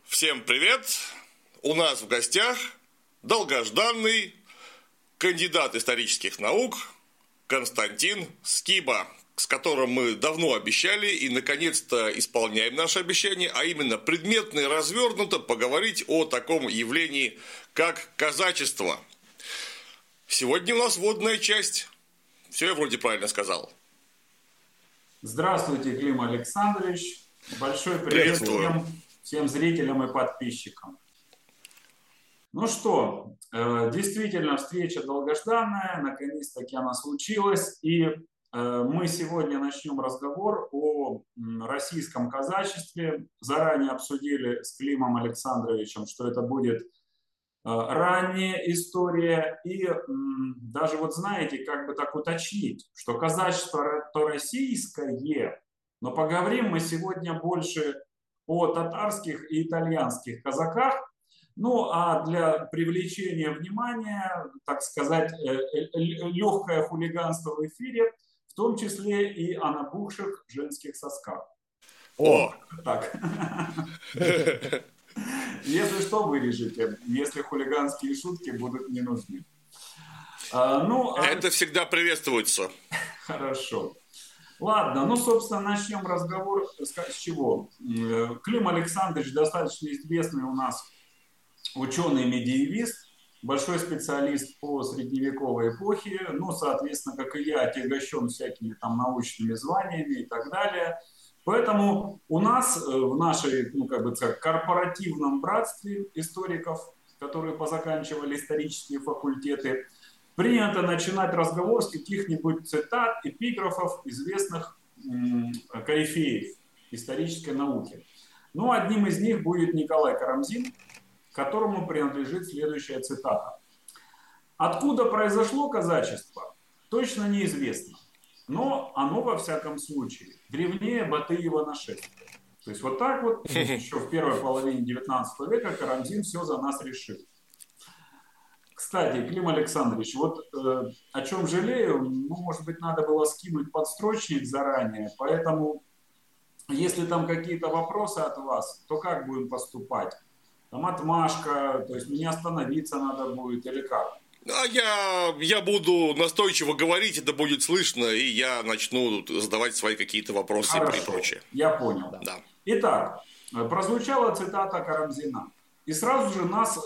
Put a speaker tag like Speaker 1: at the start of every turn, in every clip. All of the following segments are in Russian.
Speaker 1: Всем привет! У нас в гостях долгожданный кандидат исторических наук Константин Скиба, с которым мы давно обещали и наконец-то исполняем наше обещание, а именно предметно и развернуто поговорить о таком явлении, как казачество. Сегодня у нас вводная часть. Все я вроде правильно сказал.
Speaker 2: Здравствуйте, Клим Александрович. Большой привет всем зрителям и подписчикам. Ну что, действительно, встреча долгожданная, наконец-таки она случилась, и мы сегодня начнем разговор о российском казачестве. Заранее обсудили с Климом Александровичем, что это будет ранняя история, и даже вот знаете, как бы так уточнить, что казачество то российское, но поговорим мы сегодня больше о татарских и итальянских казаках. Ну, а для привлечения внимания, так сказать, легкое хулиганство в эфире, в том числе и о набухших женских сосках.
Speaker 1: О!
Speaker 2: Так. Если что, вырежете, если хулиганские шутки будут не нужны.
Speaker 1: Это всегда приветствуется.
Speaker 2: Хорошо. Ладно, собственно, начнем разговор с чего? Клим Александрович достаточно известный у нас ученый-медиевист, большой специалист по средневековой эпохе, соответственно, как и я, отягощен всякими там научными званиями и так далее. Поэтому у нас в нашей, корпоративном братстве историков, которые позаканчивали исторические факультеты, принято начинать разговор с каких-нибудь цитат, эпиграфов известных корифеев исторической науки. Одним из них будет Николай Карамзин, которому принадлежит следующая цитата. «Откуда произошло казачество, точно неизвестно, но оно, во всяком случае, древнее Батыева нашествия». То есть вот так вот еще в первой половине 19 века Карамзин все за нас решил. Кстати, Клим Александрович, вот о чем жалею, может быть, надо было скинуть подстрочник заранее, поэтому если там какие-то вопросы от вас, то как будем поступать? Там отмашка, то есть мне остановиться надо будет или как?
Speaker 1: Я буду настойчиво говорить, это будет слышно, и я начну задавать свои какие-то вопросы.
Speaker 2: Хорошо,
Speaker 1: и прочее.
Speaker 2: Я понял.
Speaker 1: Да.
Speaker 2: Итак, прозвучала цитата Карамзина. И сразу же нас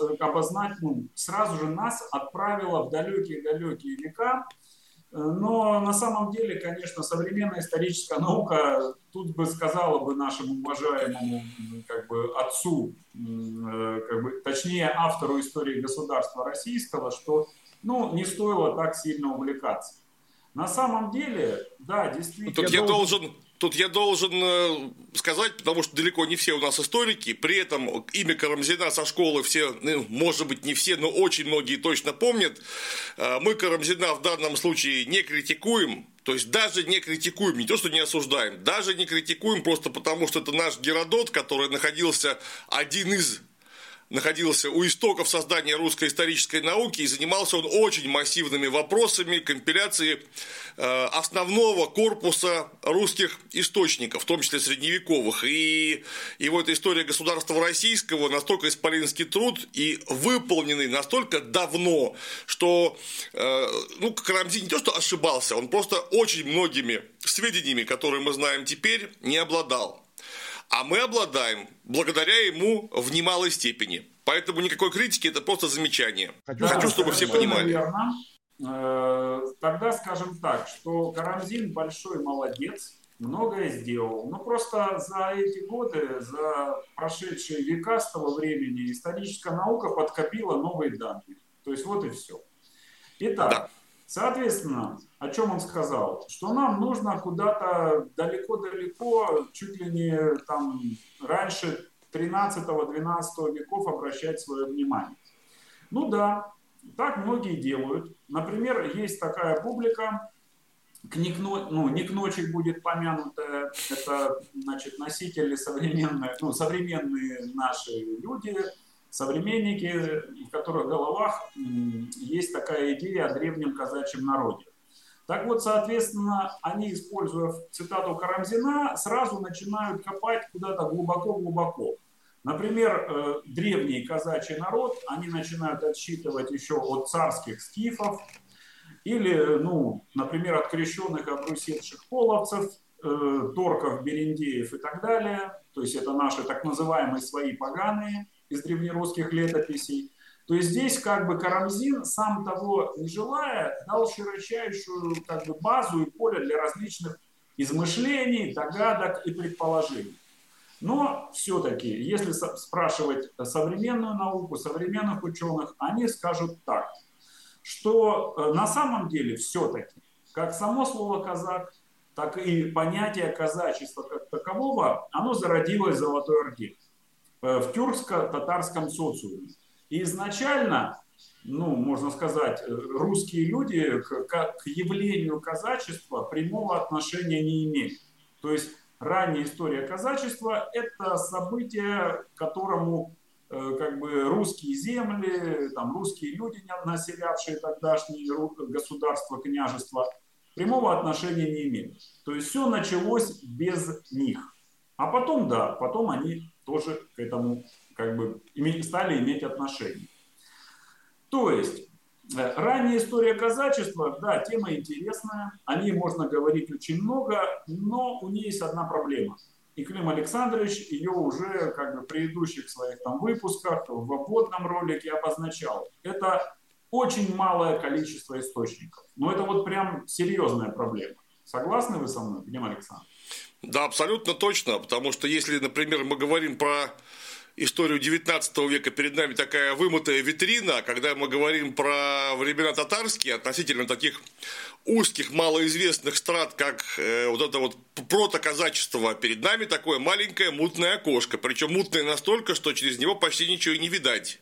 Speaker 2: отправила в далекие-далекие века. Но на самом деле, конечно, современная историческая наука тут бы сказала бы нашему уважаемому отцу, точнее автору истории государства российского, что не стоило так сильно увлекаться. На самом деле, да, действительно...
Speaker 1: Тут я должен сказать, потому что далеко не все у нас историки, при этом имя Карамзина со школы все, может быть, не все, но очень многие точно помнят. Мы Карамзина в данном случае не критикуем, то есть даже не критикуем, не то, что не осуждаем, даже не критикуем просто потому, что это наш Геродот, который находился у истоков создания русской исторической науки, и занимался он очень массивными вопросами компиляции основного корпуса русских источников, в том числе средневековых. И вот история государства российского настолько исполинский труд и выполненный настолько давно, что Карамзин не то что ошибался, он просто очень многими сведениями, которые мы знаем теперь, не обладал. А мы обладаем благодаря ему в немалой степени. Поэтому никакой критики, это просто замечание. Хочу, чтобы все понимали.
Speaker 2: Верно. Тогда скажем так, что Карамзин большой молодец, многое сделал. Но просто за эти годы, за прошедшие века с того времени историческая наука подкопила новые данные. То есть вот и все. Итак. Да. Соответственно, о чем он сказал? Что нам нужно куда-то далеко-далеко, чуть ли не там раньше 13-12 веков обращать свое внимание. Да, так многие делают. Например, есть такая публика, Никночек будет помянутая, это, носители современные наши люди, современники, в которых головах есть такая идея о древнем казачьем народе. Так вот, соответственно, они, используя цитату Карамзина, сразу начинают копать куда-то глубоко-глубоко. Например, древний казачий народ, они начинают отсчитывать еще от царских скифов, или, ну, например, от крещенных и обрусевших половцев, торков, берендеев и так далее. То есть это наши так называемые свои поганые из древнерусских летописей. То есть здесь как бы Карамзин, сам того не желая, дал широчайшую как бы базу и поле для различных измышлений, догадок и предположений. Но все-таки, если спрашивать современную науку, современных ученых, они скажут так, что на самом деле все-таки, как само слово «казак», так и понятие казачества как такового, оно зародилось в Золотой Орде, в тюркско-татарском социуме. И изначально, ну, можно сказать, русские люди к явлению казачества прямого отношения не имели. То есть ранняя история казачества – это событие, которому как бы русские земли, там, русские люди, населявшие тогдашние государства, княжества, прямого отношения не имели. То есть все началось без них. А потом, да, потом они тоже к этому как бы стали иметь отношение. То есть ранняя история казачества, да, тема интересная, о ней можно говорить очень много, но у нее есть одна проблема. И Клим Александрович ее уже как бы в предыдущих своих там выпусках, в вводном ролике обозначал. Это очень малое количество источников. Но это вот прям серьезная проблема. Согласны вы со мной, Клим Александрович?
Speaker 1: Да, абсолютно точно, потому что если, например, мы говорим про историю 19 века, перед нами такая вымытая витрина, когда мы говорим про времена татарские, относительно таких узких, малоизвестных страт, как вот это вот протоказачество, перед нами такое маленькое мутное окошко, причем мутное настолько, что через него почти ничего и не видать.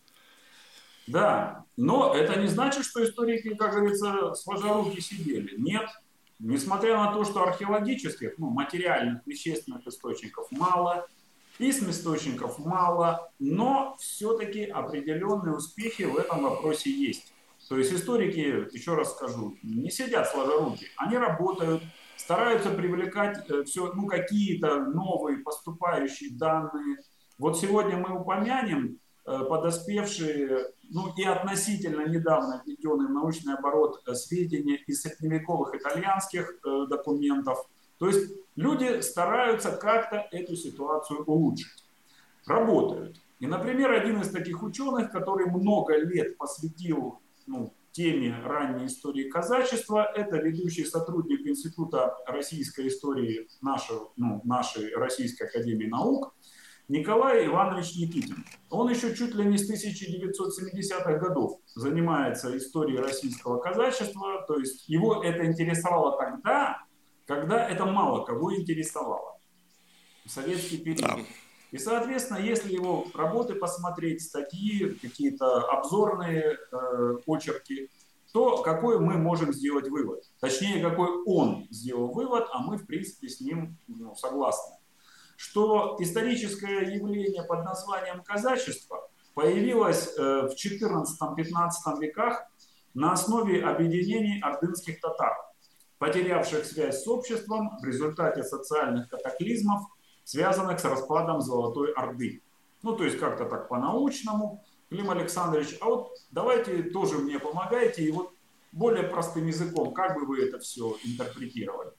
Speaker 2: Да, но это не значит, что историки, как говорится, сложа руки сидели. Нет. Несмотря на то, что археологических, ну, материальных, вещественных источников мало, письменных источников мало, но все-таки определенные успехи в этом вопросе есть. То есть историки, еще раз скажу, не сидят сложа руки, они работают, стараются привлекать все, ну, какие-то новые поступающие данные. Вот сегодня мы упомянем подоспевшие, ну и относительно недавно введенный в научный оборот сведения из средневековых итальянских документов. То есть люди стараются как-то эту ситуацию улучшить. Работают. И, например, один из таких ученых, который много лет посвятил теме ранней истории казачества, это ведущий сотрудник Института российской истории нашей Российской академии наук, Николай Иванович Никитин. Он еще чуть ли не с 1970-х годов занимается историей российского казачества, то есть его это интересовало тогда, когда это мало кого интересовало. В советский период. И, соответственно, если его работы посмотреть, статьи, какие-то обзорные очерки, то какой мы можем сделать вывод? Точнее, какой он сделал вывод, а мы, в принципе, с ним согласны. Что историческое явление под названием казачество появилось в XIV-XV веках на основе объединений ордынских татар, потерявших связь с обществом в результате социальных катаклизмов, связанных с распадом Золотой Орды. Ну, то есть как-то так по-научному, Клим Александрович, а вот давайте тоже мне помогайте, и вот более простым языком, как бы вы это все интерпретировали?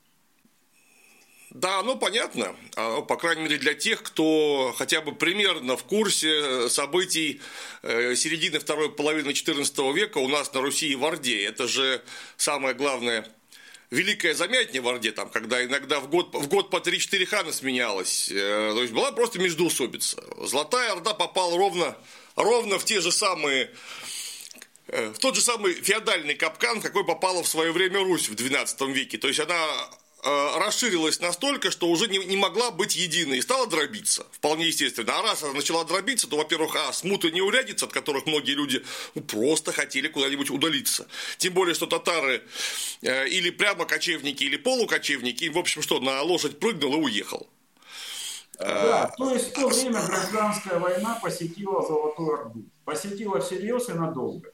Speaker 1: Да, ну понятно, по крайней мере для тех, кто хотя бы примерно в курсе событий середины второй половины XIV века у нас на Руси и в Орде. Это же самое главное великая замятня в Орде, там, когда иногда в год по 3-4 хана сменялось. То есть была просто междоусобица. Золотая Орда попала ровно в те же самые, в тот же самый феодальный капкан, в какой попала в свое время Русь в XII веке. То есть она расширилась настолько, что уже не могла быть единой и стала дробиться. Вполне естественно. А раз она начала дробиться, то, во-первых, смуты неурядиц, от которых многие люди просто хотели куда-нибудь удалиться. Тем более, что татары или прямо кочевники, или полукочевники, в общем, что, на лошадь прыгнул и уехал.
Speaker 2: Да, то есть в то время гражданская война посетила Золотую Орду. Посетила всерьез и надолго.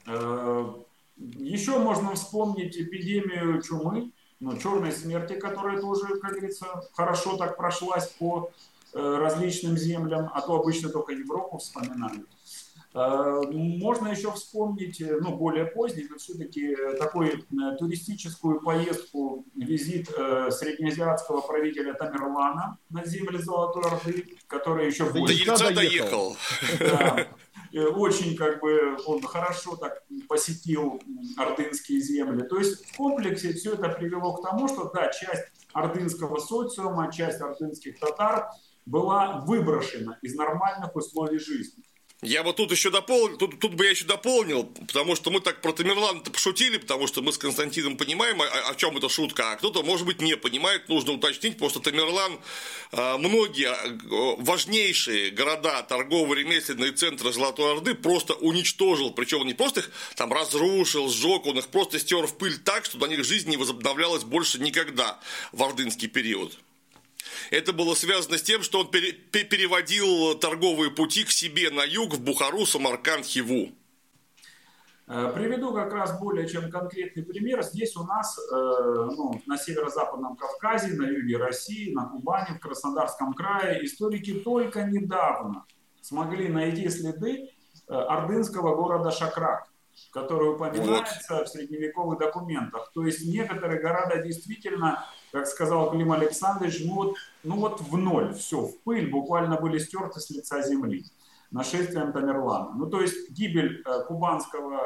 Speaker 2: Еще можно вспомнить эпидемию чумы, черной смерти, которая тоже, как говорится, хорошо так прошлась по различным землям, а то обычно только Европу вспоминают. Можно еще вспомнить, ну, более поздний, но все-таки такой туристическую поездку, визит среднеазиатского правителя Тамерлана на земли Золотой Орды, который еще
Speaker 1: до Ельца доехал.
Speaker 2: Да, очень как бы он хорошо так посетил ордынские земли. То есть в комплексе все это привело к тому, что да, часть ордынского социума, часть ордынских татар была выброшена из нормальных условий жизни.
Speaker 1: Я бы тут еще дополнил, тут бы я еще дополнил, потому что мы так про Тамерлана-то пошутили, потому что мы с Константином понимаем, о чем эта шутка, а кто-то, может быть, не понимает, нужно уточнить, потому что Тамерлан, многие важнейшие города, торгово-ремесленные центры Золотой Орды просто уничтожил, причем он не просто их там разрушил, сжег, он их просто стер в пыль так, что на них жизнь не возобновлялась больше никогда в ордынский период. Это было связано с тем, что он переводил торговые пути к себе на юг, в Бухару, Самарканд, Хиву.
Speaker 2: Приведу как раз более чем конкретный пример. Здесь у нас на северо-западном Кавказе, на юге России, на Кубани, в Краснодарском крае историки только недавно смогли найти следы ордынского города Шакрак, который упоминается в средневековых документах. То есть некоторые города действительно, как сказал Клим Александрович, ну вот в ноль, все, в пыль, буквально были стерты с лица земли нашествием Тамерлана. Ну то есть гибель кубанского,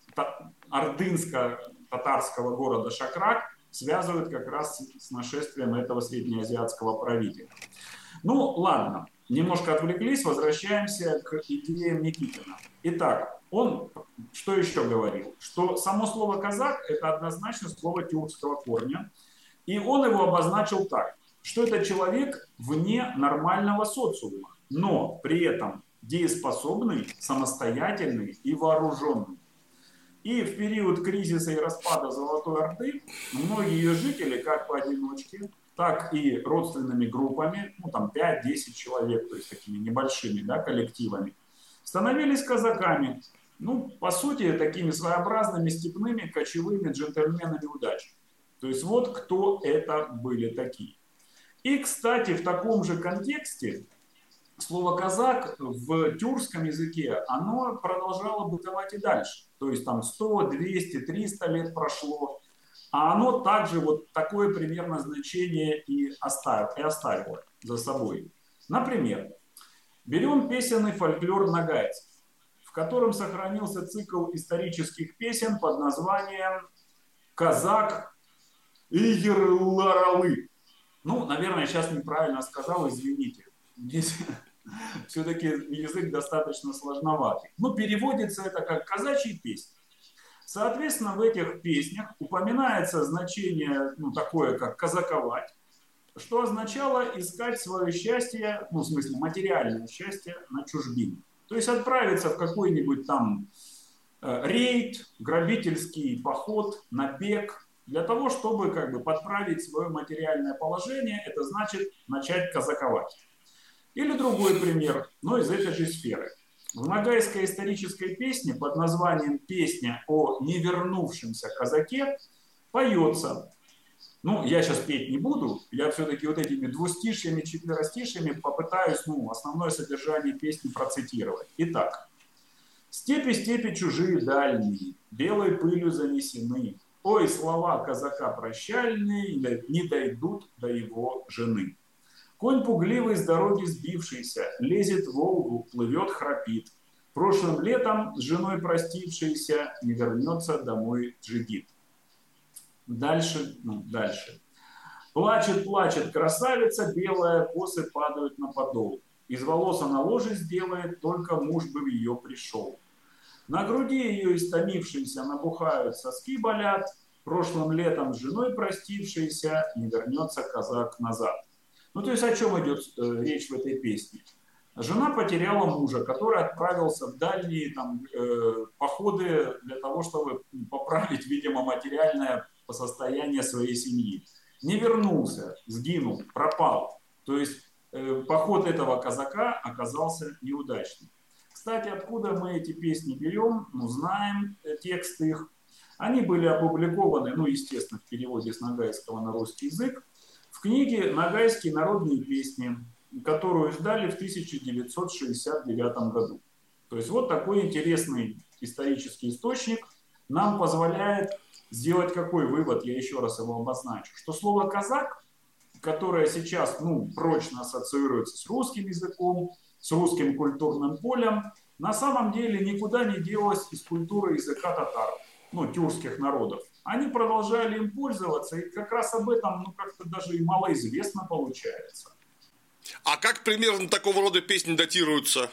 Speaker 2: ордынско-татарского города Шакрак связывают как раз с нашествием этого среднеазиатского правителя. Ну ладно, немножко отвлеклись, возвращаемся к идеям Никитина. Итак, он что еще говорил? Что само слово «казак» – это однозначно слово тюркского корня. И он его обозначил так, что это человек вне нормального социума, но при этом дееспособный, самостоятельный и вооруженный. И в период кризиса и распада Золотой Орды многие ее жители, как поодиночке, так и родственными группами, ну там 5-10 человек, то есть такими небольшими, да, коллективами, становились казаками. Ну, по сути, такими своеобразными степными кочевыми джентльменами удачи. То есть вот кто это были такие. И, кстати, в таком же контексте слово «казак» в тюркском языке, оно продолжало бытовать и дальше. То есть там 100, 200, 300 лет прошло. А оно также вот такое примерно значение и оставило за собой. Например, берем песенный фольклор нагайцев, в котором сохранился цикл исторических песен под названием «Казак и Ерларалы». Ну, наверное, сейчас неправильно сказал, извините. Здесь все-таки язык достаточно сложноватый. Но переводится это как «казачьи песни». Соответственно, в этих песнях упоминается значение, ну, такое, как «казаковать», что означало искать свое счастье, ну, в смысле, материальное счастье на чужбине. То есть отправиться в какой-нибудь там рейд, грабительский поход, набег, для того, чтобы как бы подправить свое материальное положение, это значит начать казаковать. Или другой пример, но из этой же сферы. В ногайской исторической песне под названием «Песня о невернувшемся казаке» поется. Ну, я сейчас петь не буду, я все-таки вот этими двустишьями, четверостишьями попытаюсь, основное содержание песни процитировать. Итак. «Степи, степи чужие дальние, белой пылью занесены. Ой, слова казака прощальные не дойдут до его жены. Конь пугливый с дороги сбившийся, лезет в Волгу, плывет, храпит. Прошлым летом с женой простившийся не вернется домой джигит». Дальше. «Плачет, плачет красавица белая, косы падают на подол. Из волос она ложе сделает, только муж бы в ее пришел. На груди ее истомившиеся набухают, соски болят. Прошлым летом с женой простившийся не вернется казак назад». Ну, то есть о чем идет речь в этой песне? Жена потеряла мужа, который отправился в дальние походы для того, чтобы поправить, видимо, материальное состояние своей семьи. Не вернулся, сгинул, пропал. То есть поход этого казака оказался неудачным. Кстати, откуда мы эти песни берем? Знаем текст их. Они были опубликованы, естественно, в переводе с ногайского на русский язык, в книге «Ногайские народные песни», которую издали в 1969 году. То есть вот такой интересный исторический источник нам позволяет сделать какой вывод, я еще раз его обозначу, что слово «казак», которое сейчас прочно ассоциируется с русским языком, с русским культурным полем, на самом деле никуда не делось из культуры языка татар, тюркских народов. Они продолжали им пользоваться, и как раз об этом как-то даже и малоизвестно получается.
Speaker 1: А как примерно такого рода песни датируются?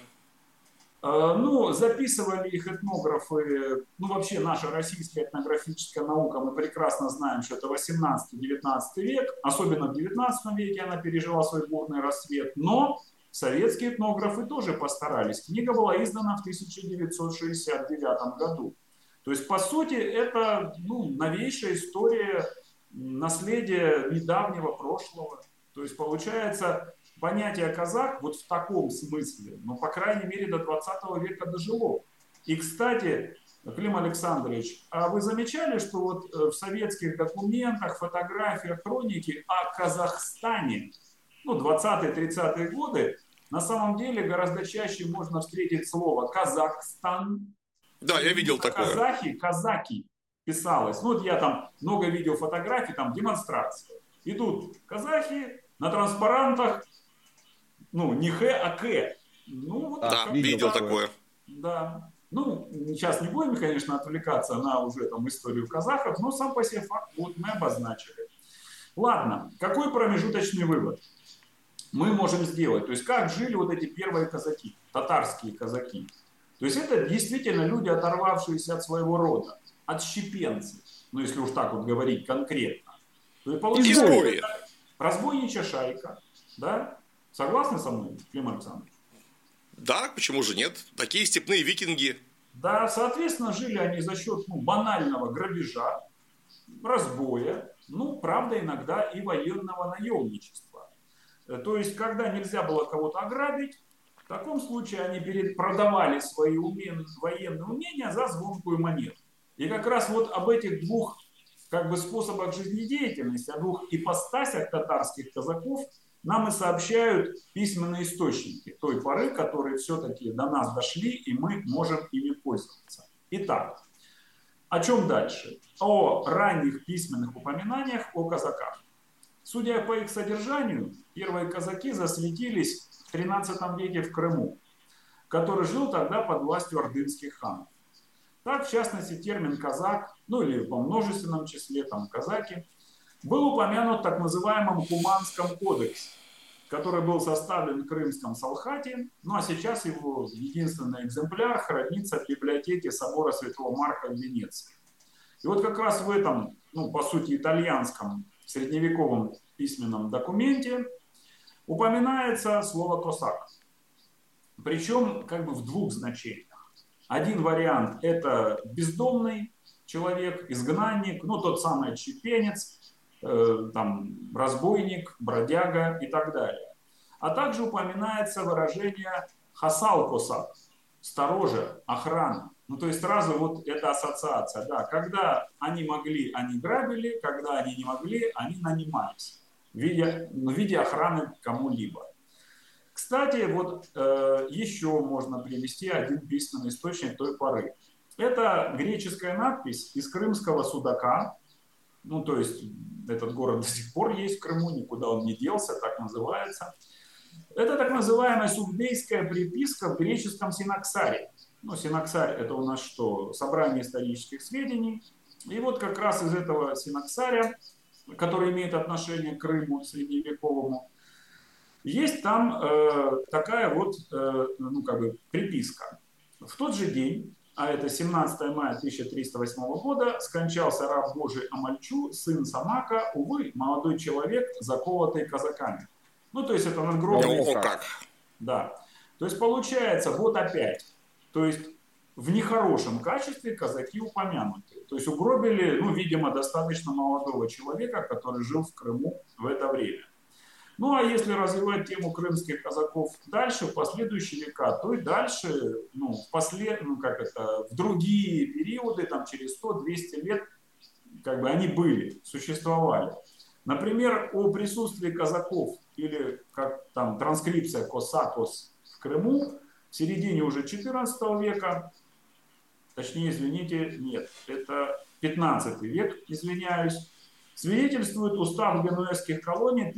Speaker 2: Записывали их этнографы, вообще наша российская этнографическая наука, мы прекрасно знаем, что это 18-19 век, особенно в 19 веке она пережила свой бурный расцвет, но советские этнографы тоже постарались. Книга была издана в 1969 году. То есть, по сути, это новейшая история наследия недавнего прошлого. То есть, получается, понятие «казак» вот в таком смысле, по крайней мере, до 20 века дожило. И, кстати, Клим Александрович, а вы замечали, что вот в советских документах, фотографиях, хроники о Казахстане, 20-30-е годы, на самом деле гораздо чаще можно встретить слово «Казахстан».
Speaker 1: Да, я видел такое.
Speaker 2: Казаки писалось. Я там много видел фотографий, там демонстрации. Идут казахи на транспарантах, не Х, а К.
Speaker 1: Да, видел такое.
Speaker 2: Да. Сейчас не будем, конечно, отвлекаться на уже там историю казахов, но сам по себе факт мы обозначили. Ладно, какой промежуточный вывод мы можем сделать? То есть, как жили вот эти первые казаки, татарские казаки? То есть, это действительно люди, оторвавшиеся от своего рода, отщепенцы, если уж так вот говорить конкретно. То есть, получается, разбойничья шайка, да? Согласны со мной, Клим Александрович?
Speaker 1: Да, почему же нет? Такие степные викинги.
Speaker 2: Да, соответственно, жили они за счет банального грабежа, разбоя, правда, иногда и военного наемничества. То есть, когда нельзя было кого-то ограбить, в таком случае они продавали свои военные умения за звонкую монету. И как раз вот об этих двух способах жизнедеятельности, о двух ипостасях татарских казаков нам и сообщают письменные источники той поры, которые все-таки до нас дошли, и мы можем ими пользоваться. Итак, о чем дальше? О ранних письменных упоминаниях о казаках. Судя по их содержанию, первые казаки засветились в XIII веке в Крыму, который жил тогда под властью ордынских ханов. Так, в частности, термин «казак», или по множественном числе казаки, был упомянут в так называемом Куманском кодексе, который был составлен в Крымском Салхате, а сейчас его единственный экземпляр хранится в библиотеке собора Святого Марка в Венеции. И вот как раз в этом, по сути, итальянском средневековом письменном документе упоминается слово «косак». Причем в двух значениях. Один вариант – это бездомный человек, изгнанник, тот самый отщепенец, разбойник, бродяга и так далее. А также упоминается выражение «хасал-косак» – сторожа, охрана. То есть сразу вот эта ассоциация. Да, когда они могли, они грабили, когда они не могли, они нанимались в виде охраны кому-либо. Кстати, еще можно привести один письменный источник той поры. Это греческая надпись из крымского Судака. То есть этот город до сих пор есть в Крыму, никуда он не делся, так называется. Это так называемая судбейская приписка в греческом синаксаре. Синаксарь – это у нас что? Собрание исторических сведений. И вот как раз из этого синаксаря, который имеет отношение к Крыму средневековому, есть там такая приписка. В тот же день, а это 17 мая 1308 года, скончался раб Божий Амальчу, сын Самака, увы, молодой человек, заколотый казаками. То есть это надгробный факт. Да. То есть получается, вот опять, то есть в нехорошем качестве казаки упомянуты. То есть угробили, видимо, достаточно молодого человека, который жил в Крыму в это время. А если развивать тему крымских казаков дальше, в последующие века, то и дальше, в другие периоды, через 100-200 лет, они были, существовали. Например, о присутствии казаков или как там транскрипция Косакос в Крыму в середине уже XIV века, точнее, извините, нет, это 15 век, извиняюсь, свидетельствует устав генуэзских колоний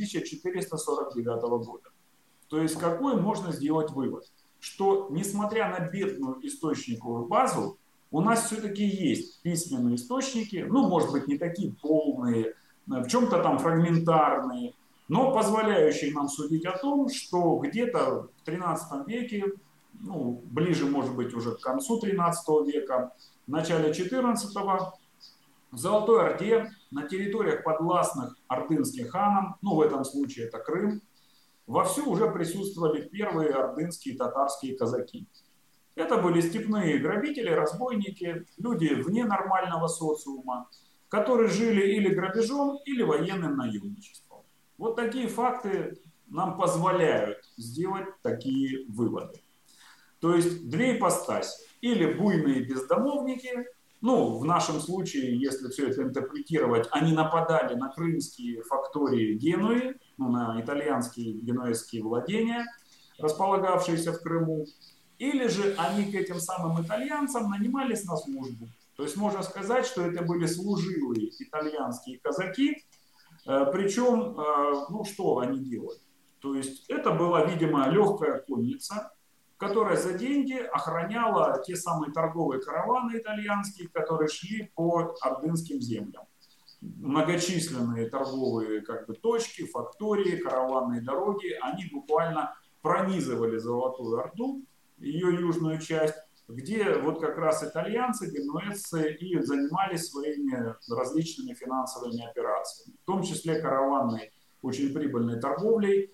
Speaker 2: 1449 года. То есть какой можно сделать вывод? Что несмотря на бедную источниковую базу, у нас все-таки есть письменные источники, ну, может быть, не такие полные, в чем-то там фрагментарные, но позволяющие нам судить о том, что где-то в 13 веке, ну, ближе, может быть, уже к концу 13 века, в начале 14-го, в Золотой Орде, на территориях подвластных ордынским ханам, ну, в этом случае это Крым, вовсю уже присутствовали первые ордынские татарские казаки. Это были степные грабители, разбойники, люди вне нормального социума, которые жили или грабежом, или военным наемничеством. Вот такие факты нам позволяют сделать такие выводы. То есть две ипостаси. Или буйные бездомовники, ну, в нашем случае, если все это интерпретировать, они нападали на крымские фактории Генуи, ну, на итальянские генуэзские владения, располагавшиеся в Крыму, или же они к этим самым итальянцам нанимались на службу. То есть можно сказать, что это были служилые итальянские казаки, причем, ну, что они делали? То есть это была, видимо, легкая конница, которая за деньги охраняла те самые торговые караваны итальянские, которые шли по ордынским землям. Многочисленные торговые точки, фактории, караванные дороги, они буквально пронизывали Золотую Орду, ее южную часть, где вот как раз итальянцы, генуэзцы и занимались своими различными финансовыми операциями, в том числе караванной, очень прибыльной торговлей,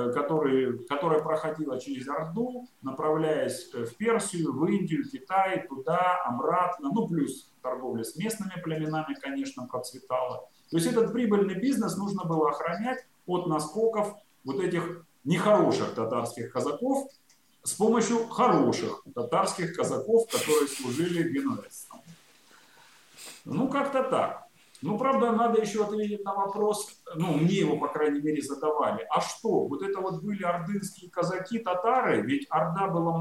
Speaker 2: которая проходила через Орду, направляясь в Персию, в Индию, Китай, туда, обратно, ну плюс торговля с местными племенами, конечно, процветала. То есть этот прибыльный бизнес нужно было охранять от наскоков вот этих нехороших татарских казаков с помощью хороших татарских казаков, которые служили генуэзцам. Ну, как-то так. Ну, правда, надо еще ответить на вопрос, ну, мне его, по крайней мере, задавали. А что, вот это вот были ордынские казаки, татары? Ведь Орда была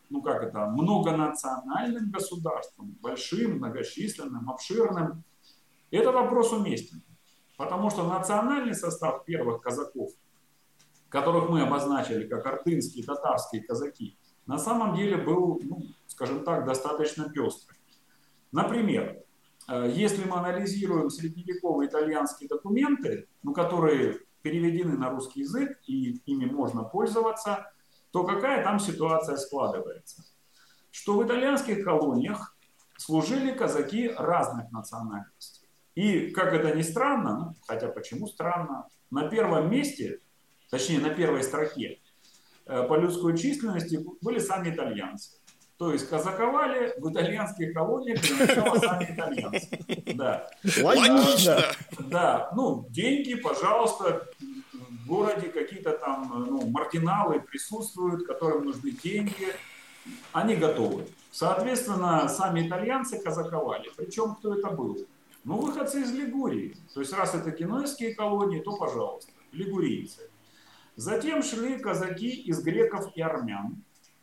Speaker 2: многонациональным государством, большим, многочисленным, обширным. Этот вопрос уместен, потому что национальный состав первых казаков, которых мы обозначили как ордынские татарские казаки, на самом деле был, ну, скажем так, достаточно пестрый. Например, если мы анализируем средневековые итальянские документы, ну, которые переведены на русский язык и ими можно пользоваться, то какая там ситуация складывается? Что в итальянских колониях служили казаки разных национальностей. И, как это ни странно, ну, хотя почему странно, на первом месте, точнее на первой строке по людской численности были сами итальянцы. То есть казаковали в итальянских колониях для начала сами итальянцы. Да.
Speaker 1: Логично.
Speaker 2: Да, ну, деньги, пожалуйста, в городе какие-то там, ну, маргиналы присутствуют, которым нужны деньги, они готовы. Соответственно, сами итальянцы казаковали. Причем кто это был? Ну, выходцы из Лигурии. То есть, раз это генуэзские колонии, то, пожалуйста, лигурийцы. Затем шли казаки из греков и армян.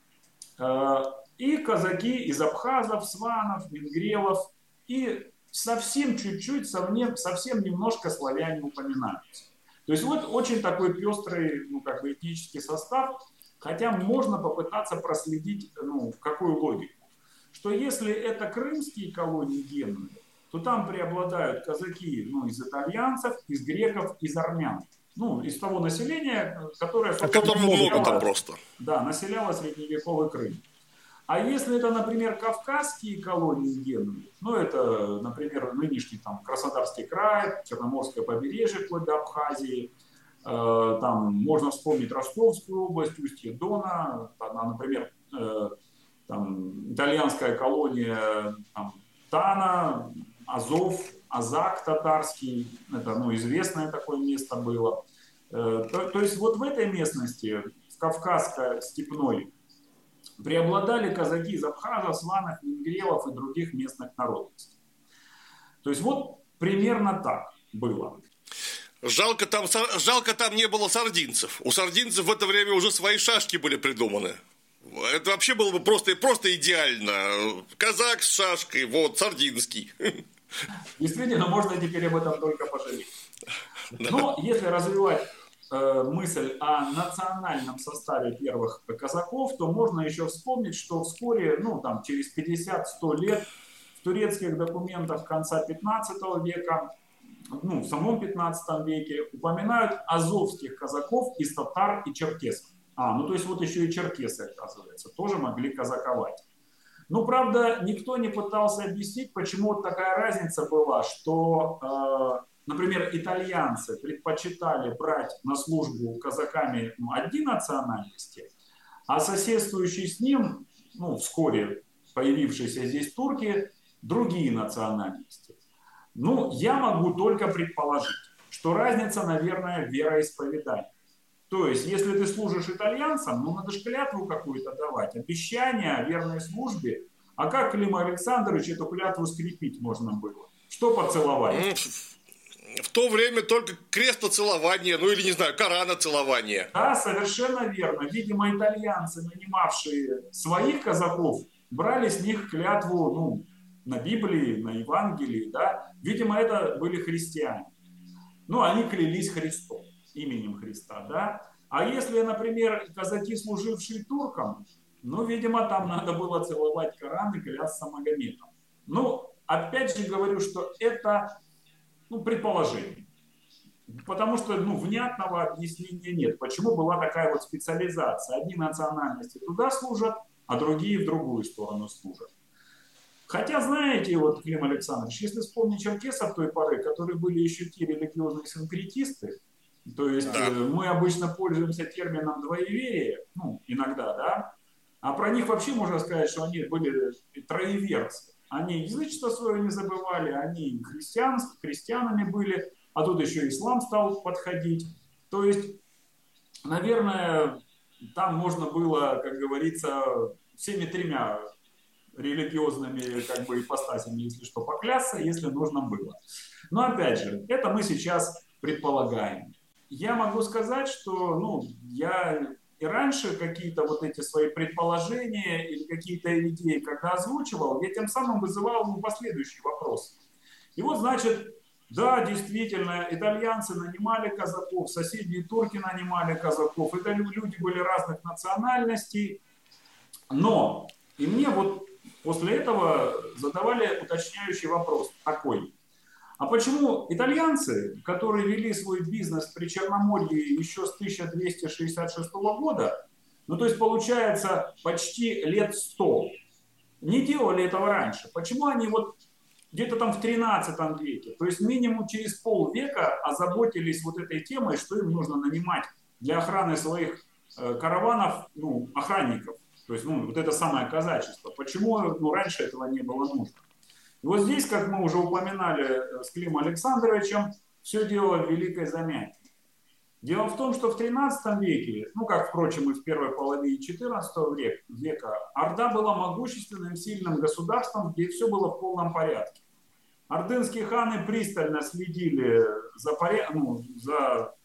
Speaker 2: И казаки из абхазов, сванов, венгрелов. И совсем чуть-чуть, совсем немножко славяне упоминаются. То есть вот очень такой пестрый, ну, этнический состав. Хотя можно попытаться проследить, ну, какую логику. Что если это крымские колонии Генуи, то там преобладают казаки, ну, из итальянцев, из греков, из армян. Ну, из того населения, которое...
Speaker 1: Которого много там просто.
Speaker 2: Да, населяло средневековый Крым. А если это, например, кавказские колонии Генуи, ну, это, например, нынешний там Краснодарский край, Черноморское побережье, вплоть до Абхазии, там можно вспомнить Ростовскую область, устье Дона, например, там, итальянская колония там, Тана, Азов, Азак татарский, это, ну, известное такое место было. То есть вот в этой местности, в Кавказско-степной, преобладали казаки из абхазов, сванов, венгрелов и других местных народностей. То есть вот примерно так было.
Speaker 1: Жалко там не было сардинцев. У сардинцев в это время уже свои шашки были придуманы. Это вообще было бы просто идеально. Казак с шашкой, вот, сардинский.
Speaker 2: Действительно, можно теперь об этом только пожалеть. Но если развивать мысль о национальном составе первых казаков, то можно еще вспомнить, что вскоре, через 50-100 лет в турецких документах конца 15 века, в самом 15 веке упоминают азовских казаков из татар и черкесов. То есть вот еще и черкесы, оказывается, тоже могли казаковать. Правда, никто не пытался объяснить, почему вот такая разница была, что, например, итальянцы предпочитали брать на службу казаками одни национальности, а соседствующие с ним, вскоре появившиеся здесь турки, другие национальности. Я могу только предположить, что разница, наверное, в вероисповедании. То есть, если ты служишь итальянцам, надо же клятву какую-то давать, обещание о верной службе. А как, Клим Александрович, эту клятву скрепить можно было? Что поцеловать?
Speaker 1: В то время только крестоцелование, или, не знаю, кораноцелование.
Speaker 2: Да, совершенно верно. Видимо, итальянцы, нанимавшие своих казаков, брали с них клятву, на Библии, на Евангелии, да. Видимо, это были христиане. Они клялись Христом, именем Христа, да. А если, например, казаки, служившие туркам, видимо, там надо было целовать Коран и клясться Магометом. Опять же говорю, что это, предположение. Потому что, внятного объяснения нет. Почему была такая вот специализация? Одни национальности туда служат, а другие в другую сторону служат. Хотя, знаете, Клим Александрович, если вспомнить черкесов той поры, которые были еще те религиозные синкретисты, то есть мы обычно пользуемся термином двоеверие, иногда, да, а про них вообще можно сказать, что они были троеверцы. Они язычество свое не забывали, они христианами были, а тут еще ислам стал подходить. То есть, наверное, там можно было, как говорится, всеми тремя религиозными ипостасями, если что, поклясться, если нужно было. Но опять же, это мы сейчас предполагаем. Я могу сказать, что я и раньше какие-то вот эти свои предположения или какие-то идеи, когда озвучивал, я тем самым вызывал последующий вопрос. И вот, значит, да, действительно, итальянцы нанимали казаков, соседние турки нанимали казаков, это люди были разных национальностей, но и мне после этого задавали уточняющий вопрос такой. А почему итальянцы, которые вели свой бизнес при Черноморье еще с 1266 года, то есть получается почти лет 100, не делали этого раньше? Почему они где-то там в 13 веке, то есть минимум через полвека озаботились этой темой, что им нужно нанимать для охраны своих караванов, охранников? То есть, это самое казачество. Почему раньше этого не было нужно? И вот здесь, как мы уже упоминали с Климом Александровичем, все дело в великой замяте. Дело в том, что в 13 веке, как, впрочем, и в первой половине 14 века, Орда была могущественным, сильным государством, где все было в полном порядке. Ордынские ханы пристально следили за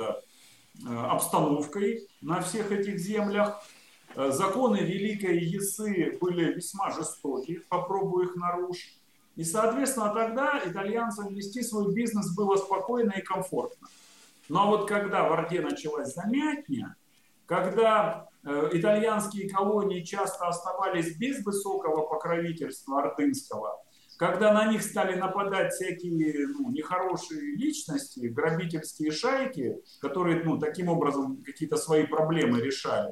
Speaker 2: обстановкой на всех этих землях. Законы Великой Ясы были весьма жестоки, попробуй их нарушить. И, соответственно, тогда итальянцам вести свой бизнес было спокойно и комфортно. Но когда в Орде началась замятня, когда итальянские колонии часто оставались без высокого покровительства ордынского, когда на них стали нападать всякие нехорошие личности, грабительские шайки, которые таким образом какие-то свои проблемы решали,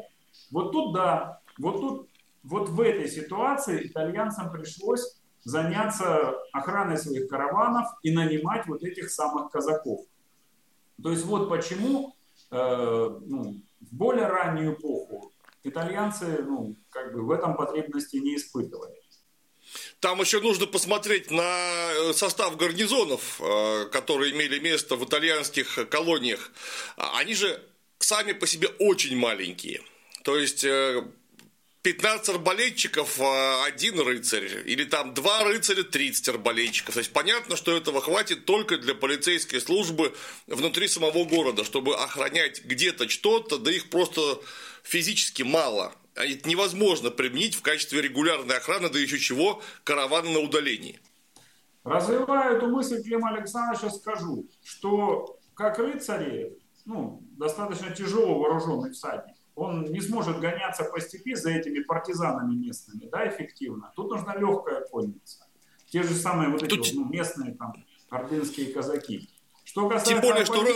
Speaker 2: в этой ситуации итальянцам пришлось заняться охраной своих караванов и нанимать этих самых казаков. То есть почему в более раннюю эпоху итальянцы в этом потребности не испытывали.
Speaker 1: Там еще нужно посмотреть на состав гарнизонов, которые имели место в итальянских колониях. Они же сами по себе очень маленькие. То есть 15 арбалетчиков, один рыцарь, или там 2 рыцаря, 30 арбалетчиков. То есть понятно, что этого хватит только для полицейской службы внутри самого города, чтобы охранять где-то что-то, да их просто физически мало. Это невозможно применить в качестве регулярной охраны, да еще чего, каравана на удалении.
Speaker 2: Развивая эту мысль Клима Александровича, скажу, что как рыцари, достаточно тяжело вооруженный всадник, он не сможет гоняться по степи за этими партизанами местными, да, эффективно. Тут нужна легкая конница. Те же самые вот эти местные там ордынские казаки. Что касается
Speaker 1: тем более, что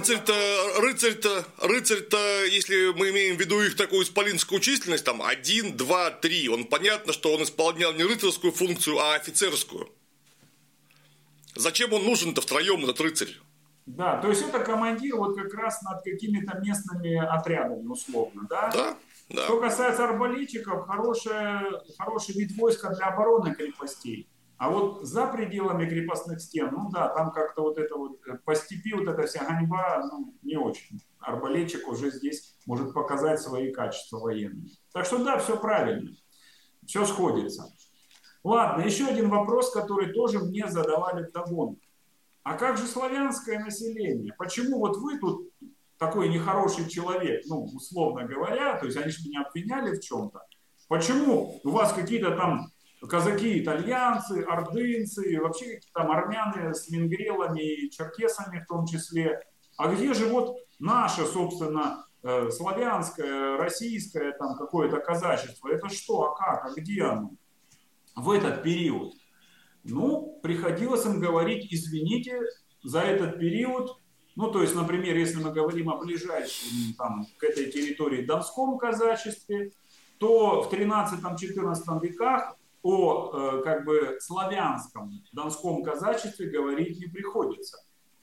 Speaker 1: рыцарь-то, если мы имеем в виду их такую исполинскую численность, там 1, 2, 3, он понятно, что он исполнял не рыцарскую функцию, а офицерскую. Зачем он нужен-то втроем, этот рыцарь?
Speaker 2: Да, то есть это командир вот как раз над какими-то местными отрядами, условно, да?
Speaker 1: Да, да.
Speaker 2: Что касается арбалетчиков, хороший вид войска для обороны крепостей. А вот за пределами крепостных стен, там как-то вот это вот по степи вот эта вся гоньба, не очень. Арбалетчик уже здесь может показать свои качества военные. Так что да, все правильно, все сходится. Ладно, еще один вопрос, который тоже мне задавали вдогонку. А как же славянское население? Почему вот вы тут такой нехороший человек, условно говоря, то есть они же меня обвиняли в чем-то. Почему у вас какие-то там казаки-итальянцы, ордынцы, вообще какие-то там армяне с мингрелами и черкесами в том числе? А где же вот наше, собственно, славянское, российское там какое-то казачество? Это что, а как, а где оно в этот период? Приходилось им говорить, извините, за этот период, то есть, например, если мы говорим о ближайшем к этой территории донском казачестве, то в 13-14 веках о славянском донском казачестве говорить не приходится.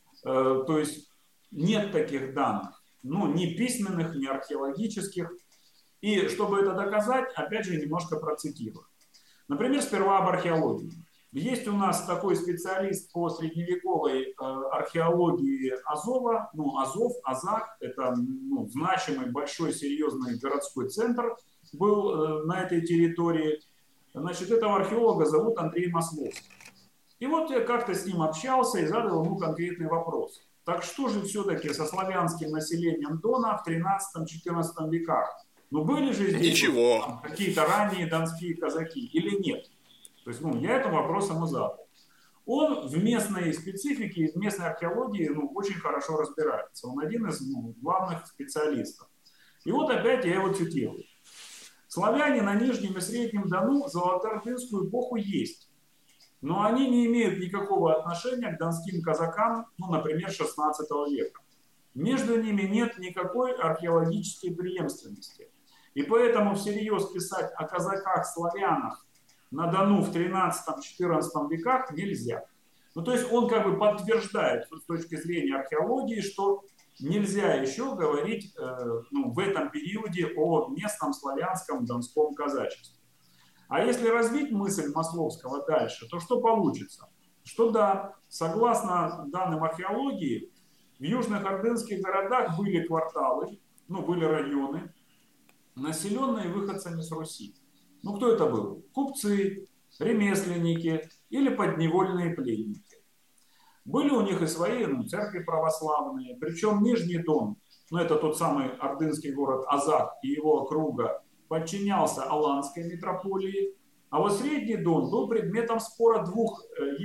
Speaker 2: То есть нет таких данных, ни письменных, ни археологических. И чтобы это доказать, опять же, немножко процитирую. Например, сперва об археологии. Есть у нас такой специалист по средневековой археологии Азова, Азов, Азак, это значимый, большой, серьезный городской центр был на этой территории. Значит, этого археолога зовут Андрей Масловский. И вот я как-то с ним общался и задал ему конкретный вопрос. Так что же все-таки со славянским населением Дона в 13-14 веках? Были же здесь какие-то ранние донские казаки или нет? То есть, я этот вопрос ему задал. Он в местной специфике, в местной археологии очень хорошо разбирается. Он один из главных специалистов. И вот опять я его цитирую. Славяне на Нижнем и Среднем Дону в золотоордынскую эпоху есть. Но они не имеют никакого отношения к донским казакам, например, 16 века. Между ними нет никакой археологической преемственности. И поэтому всерьез писать о казаках-славянах на Дону в 13-14 веках нельзя. То есть он подтверждает с точки зрения археологии, что нельзя еще говорить в этом периоде о местном славянском донском казачестве. А если развить мысль Масловского дальше, то что получится? Что да, согласно данным археологии, в южных ордынских городах были кварталы, были районы, населенные выходцами с Руси. Кто это был? Купцы, ремесленники или подневольные пленники. Были у них и свои церкви православные, причем Нижний Дон, это тот самый ордынский город Азак и его округа, подчинялся Аланской митрополии, а вот Средний Дон был предметом спора двух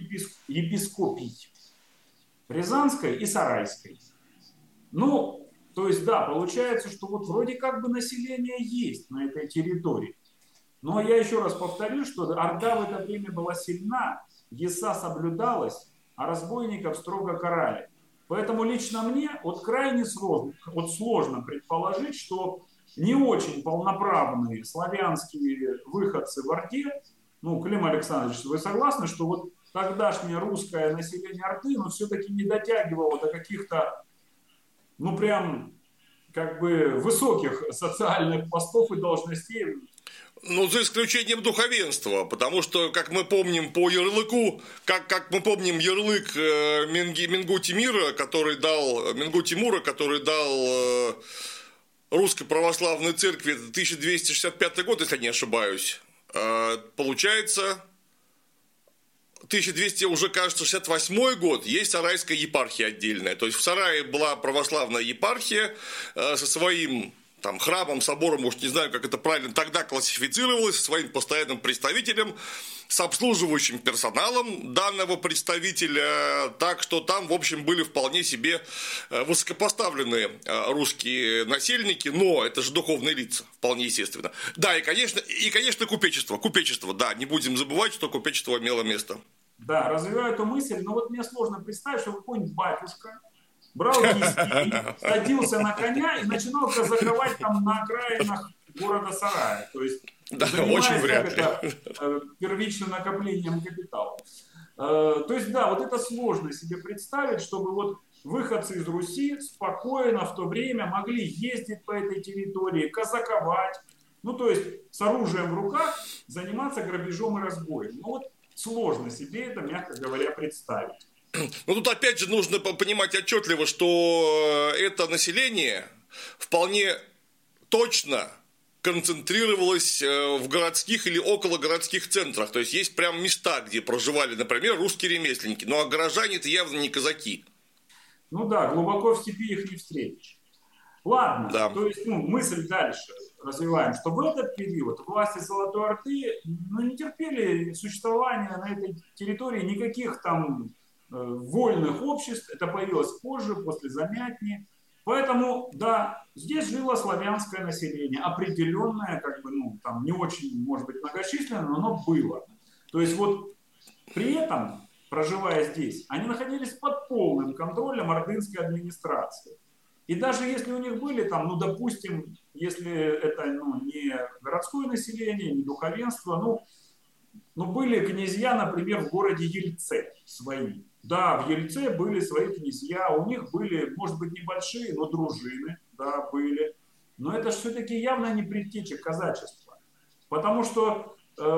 Speaker 2: епископий – Рязанской и Сарайской. То есть, да, получается, что вроде как бы население есть на этой территории. Но я еще раз повторю, что Орда в это время была сильна, еса соблюдалась, а разбойников строго карали. Поэтому лично мне крайне сложно предположить, что не очень полноправные славянские выходцы в Орде, Клим Александрович, вы согласны, что тогдашнее русское население Орды, все-таки не дотягивало до каких-то, высоких социальных постов и должностей?
Speaker 1: За исключением духовенства, потому что, как мы помним по ярлыку, как мы помним ярлык Менгу Тимура, который дал Русской Православной Церкви, это 1265 год, если я не ошибаюсь, получается, 1200 уже, кажется, 68 год, есть Сарайская епархия отдельная. То есть в Сарае была православная епархия со своим там храмом, собором, уж не знаю, как это правильно тогда классифицировалось, со своим постоянным представителем, с обслуживающим персоналом данного представителя, так что там, в общем, были вполне себе высокопоставленные русские насельники, но это же духовные лица, вполне естественно. Да, и, конечно, купечество, да, не будем забывать, что купечество имело место.
Speaker 2: Да, развиваю эту мысль, но вот мне сложно представить, что какой-нибудь батюшка брал кисти, садился на коня и начинал казаковать там на окраинах города Сарая. То есть,
Speaker 1: да, очень вряд ли.
Speaker 2: Первичным накоплением капитала. То есть, да, вот это сложно себе представить, чтобы вот выходцы из Руси спокойно в то время могли ездить по этой территории, казаковать, ну, то есть, с оружием в руках заниматься грабежом и разбоем. Ну, вот сложно себе это, мягко говоря, представить.
Speaker 1: Ну, тут опять же нужно понимать отчетливо, что это население вполне точно концентрировалось в городских или окологородских центрах. То есть, есть прям места, где проживали, например, русские ремесленники. Ну, а горожане это явно не казаки.
Speaker 2: Ну да, глубоко в степи их не встретишь. Ладно,
Speaker 1: да.
Speaker 2: То есть, мысль дальше развиваем, что в этот период власти Золотой Орды не терпели существования на этой территории никаких там вольных обществ, это появилось позже, после Замятни. Поэтому, да, здесь жило славянское население, определенное, там не очень, может быть, многочисленное, но оно было. То есть вот при этом, проживая здесь, они находились под полным контролем ордынской администрации. И даже если у них были там, допустим, если это не городское население, не духовенство, были князья, например, в городе Ельце свои. Да, в Ельце были свои князья, у них были, может быть, небольшие, но дружины, да, были. Но это же все-таки явно не предтеча казачества. Потому что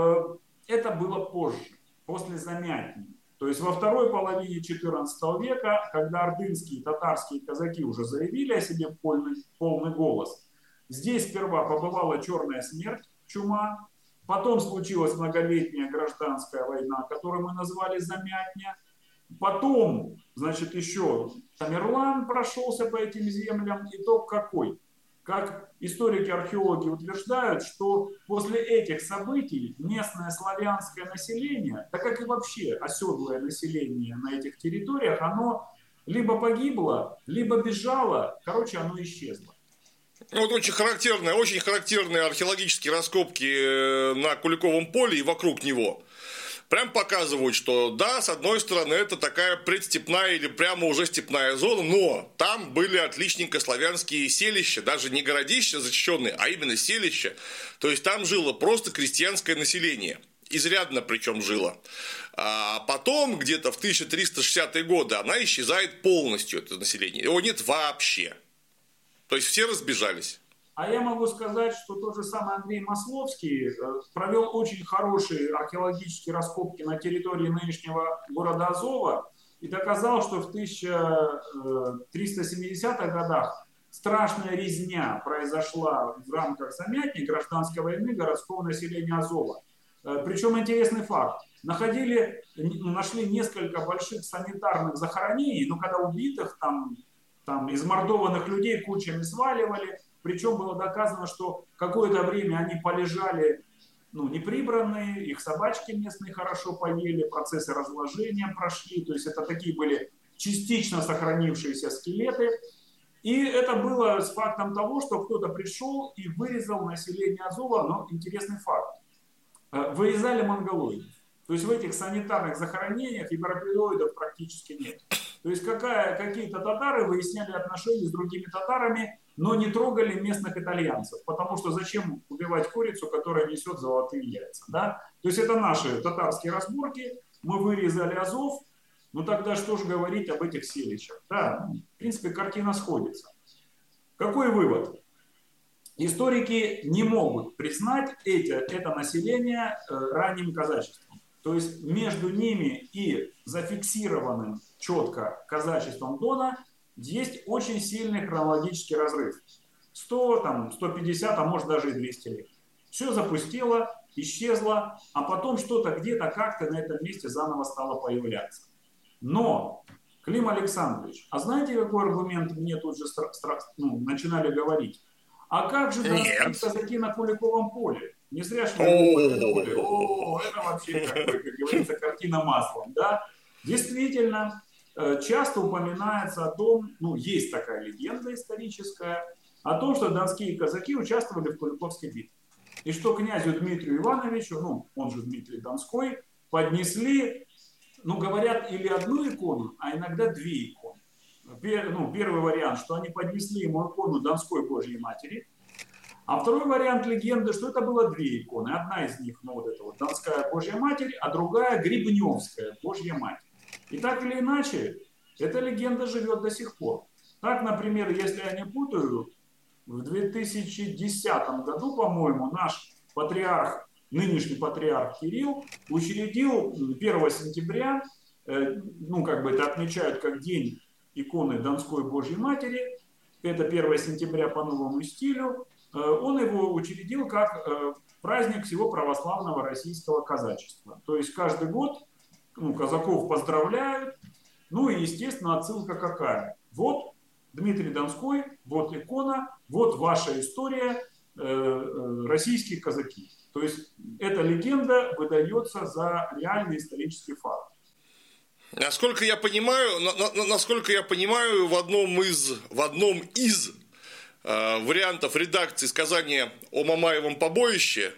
Speaker 2: это было позже, после Замятни. То есть во второй половине XIV века, когда ордынские, татарские казаки уже заявили о себе полный голос, здесь сперва побывала черная смерть, чума, потом случилась многолетняя гражданская война, которую мы назвали Замятня, потом, значит, еще Тамерлан прошелся по этим землям, итог какой? Как историки-археологи утверждают, что после этих событий местное славянское население, так как и вообще оседлое население на этих территориях, оно либо погибло, либо бежало, оно исчезло.
Speaker 1: Вот очень характерные археологические раскопки на Куликовом поле и вокруг него. Прям показывают, что да, с одной стороны, это такая предстепная или прямо уже степная зона, но там были отличненько славянские селища, даже не городища защищенные, а именно селища. То есть там жило просто крестьянское население. Изрядно причем жило. А потом, где-то в 1360-е годы, она исчезает полностью, это население. Его нет вообще. То есть все разбежались.
Speaker 2: А я могу сказать, что тот же самый Андрей Масловский провел очень хорошие археологические раскопки на территории нынешнего города Азова и доказал, что в 1370-х годах страшная резня произошла в рамках Замятни, гражданской войны городского населения Азова. Причем интересный факт. Нашли несколько больших санитарных захоронений, но когда убитых, там измордованных людей кучами сваливали. Причем было доказано, что какое-то время они полежали неприбранные, их собачки местные хорошо поели, процессы разложения прошли. То есть это такие были частично сохранившиеся скелеты. И это было с фактом того, что кто-то пришел и вырезал население Азова. Но интересный факт. Вырезали монголоидов. То есть в этих санитарных захоронениях европеоидов практически нет. То есть какие-то татары выясняли отношения с другими татарами, но не трогали местных итальянцев. Потому что зачем убивать курицу, которая несет золотые яйца? Да? То есть это наши татарские разборки. Мы вырезали Азов. Ну тогда что же говорить об этих селищах? Да, в принципе, картина сходится. Какой вывод? Историки не могут признать это население ранним казачеством. То есть между ними и зафиксированным четко казачеством Дона есть очень сильный хронологический разрыв. 100, там, 150, а может даже и 200 лет. Все запустело, исчезло, а потом что-то где-то как-то на этом месте заново стало появляться. Но, Клим Александрович, а знаете, какой аргумент мне тут же начинали говорить? А как же донские
Speaker 1: Нет.
Speaker 2: казаки на Куликовом поле? Не зря же вы его упомянули. О, это вообще, как говорится, картина маслом. Да? Действительно, часто упоминается о том, ну, есть такая легенда историческая, о том, что донские казаки участвовали в Куликовской битве. И что князю Дмитрию Ивановичу, ну, он же Дмитрий Донской, поднесли, ну, говорят, или одну икону, а иногда две иконы. Первый вариант, что они поднесли ему икону Донской Божьей Матери, а второй вариант легенды, что это было две иконы. Одна из них, ну, вот эта вот Донская Божья Матерь, а другая Гребневская Божья Матерь. И так или иначе, эта легенда живет до сих пор. Так, например, если я не путаю, в 2010 году, по-моему, наш патриарх, нынешний патриарх Кирилл, учредил 1 сентября, ну, как бы это отмечают как день иконы Донской Божьей Матери, это 1 сентября по новому стилю, он его учредил как праздник всего православного российского казачества. То есть каждый год, ну, казаков поздравляют, ну и, естественно, отсылка какая? Вот Дмитрий Донской, вот икона, вот ваша история, российские казаки. То есть эта легенда выдается за реальный исторический факт.
Speaker 1: Насколько я понимаю, в одном из вариантов редакции сказания о Мамаевом побоище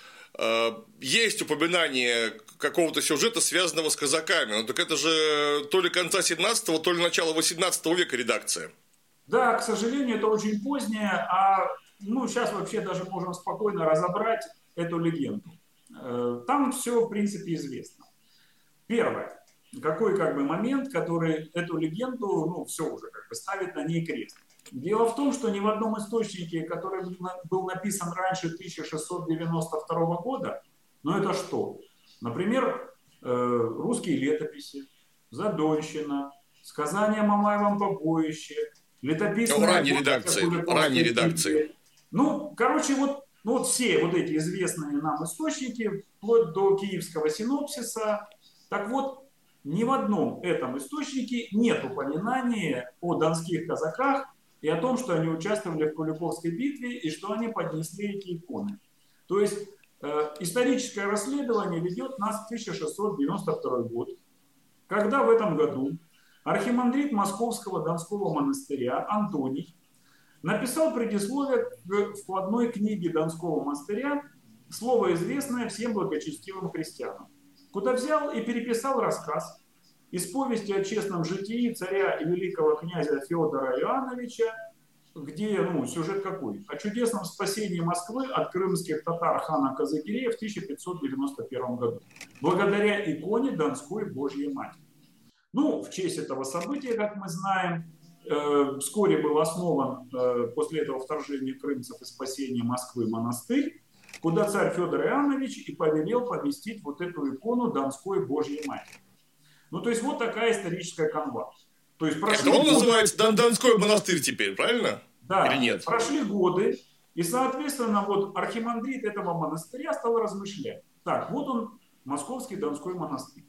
Speaker 1: есть упоминание какого-то сюжета, связанного с казаками. Ну, так это же то ли конца 17-го, то ли начала 18 века редакция.
Speaker 2: Да, к сожалению, это очень позднее, а ну, сейчас вообще даже можем спокойно разобрать эту легенду. Там все, в принципе, известно. Первое. Какой как бы момент, который эту легенду, ну, все уже как бы ставит на ней крест. Дело в том, что ни в одном источнике, который был написан раньше 1692 года, но это что? Например, русские летописи, Задонщина, сказания о Мамаевом побоище, летописная...
Speaker 1: Ранней редакции.
Speaker 2: Ну, короче, вот все вот эти известные нам источники, вплоть до киевского синопсиса, так вот, ни в одном этом источнике нет упоминания о донских казаках и о том, что они участвовали в Куликовской битве и что они поднесли эти иконы. То есть историческое расследование ведет нас в 1692 год, когда в этом году архимандрит Московского Донского монастыря Антоний написал предисловие к вкладной книге Донского монастыря, слово известное всем благочестивым христианам, куда взял и переписал рассказ из повести о честном житии царя и великого князя Федора Иоанновича, где, ну, сюжет какой? О чудесном спасении Москвы от крымских татар хана Казакирея в 1591 году, благодаря иконе Донской Божьей Матери. Ну, в честь этого события, как мы знаем, вскоре был основан после этого вторжения крымцев и спасения Москвы монастырь, куда царь Федор Иоаннович и повелел поместить вот эту икону Донской Божьей Матери. Ну, то есть вот такая историческая канва. То есть
Speaker 1: это он называется Донской монастырь теперь, правильно?
Speaker 2: Да,
Speaker 1: или нет?
Speaker 2: Прошли годы, и, соответственно, вот архимандрит этого монастыря стал размышлять. Так, вот он, Московский Донской монастырь.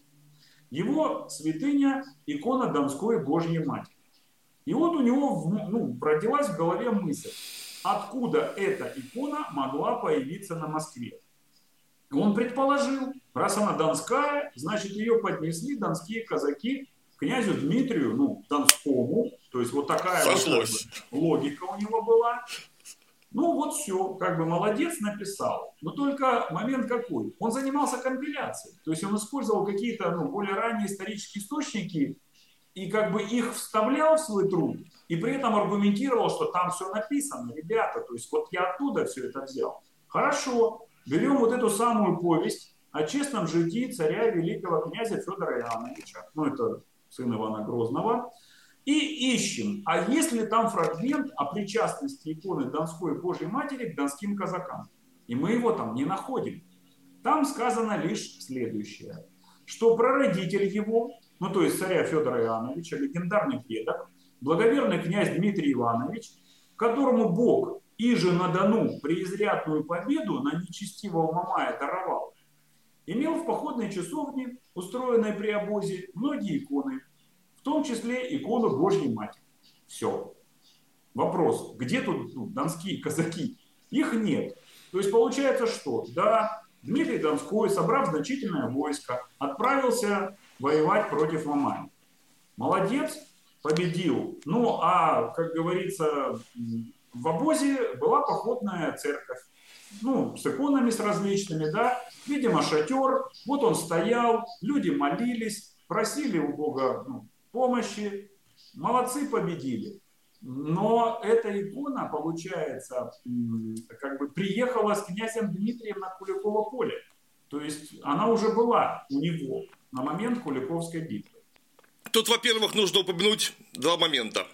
Speaker 2: Его святыня – икона Донской Божьей Матери. И вот у него родилась в голове мысль, откуда эта икона могла появиться на Москве. Он предположил, раз она донская, значит, ее поднесли донские казаки князю Дмитрию, ну, Донскому. То есть вот такая вот, как бы, логика у него была. Ну вот все, как бы молодец, написал. Но только момент какой? Он занимался компиляцией. То есть он использовал какие-то более ранние исторические источники и как бы их вставлял в свой труд. И при этом аргументировал, что там все написано, ребята. То есть вот я оттуда все это взял. Хорошо, берем вот эту самую повесть о честном житии царя великого князя Федора Иоанновича. Ну это сын Ивана Грозного. И ищем, а есть ли там фрагмент о причастности иконы Донской Божьей Матери к донским казакам. И мы его там не находим. Там сказано лишь следующее, что прародитель его, ну то есть царя Федора Иоанновича, легендарный предок, благоверный князь Дмитрий Иванович, которому Бог и же на Дону преизрядную победу на нечестивого Мамая даровал, имел в походной часовне, устроенной при обозе, многие иконы, в том числе икону Божьей Матери. Все. Вопрос, где тут донские казаки? Их нет. То есть получается что? Да, Дмитрий Донской, собрав значительное войско, отправился воевать против Мамая. Молодец, победил. Ну, а, как говорится, в обозе была походная церковь. Ну, с иконами с различными, да. Видимо, шатер. Вот он стоял, люди молились, просили у Бога помощи. Молодцы, победили. Но эта икона, получается, как бы приехала с князем Дмитрием на Куликово поле. То есть она уже была у него на момент Куликовской битвы.
Speaker 1: Тут, во-первых, нужно упомянуть два момента.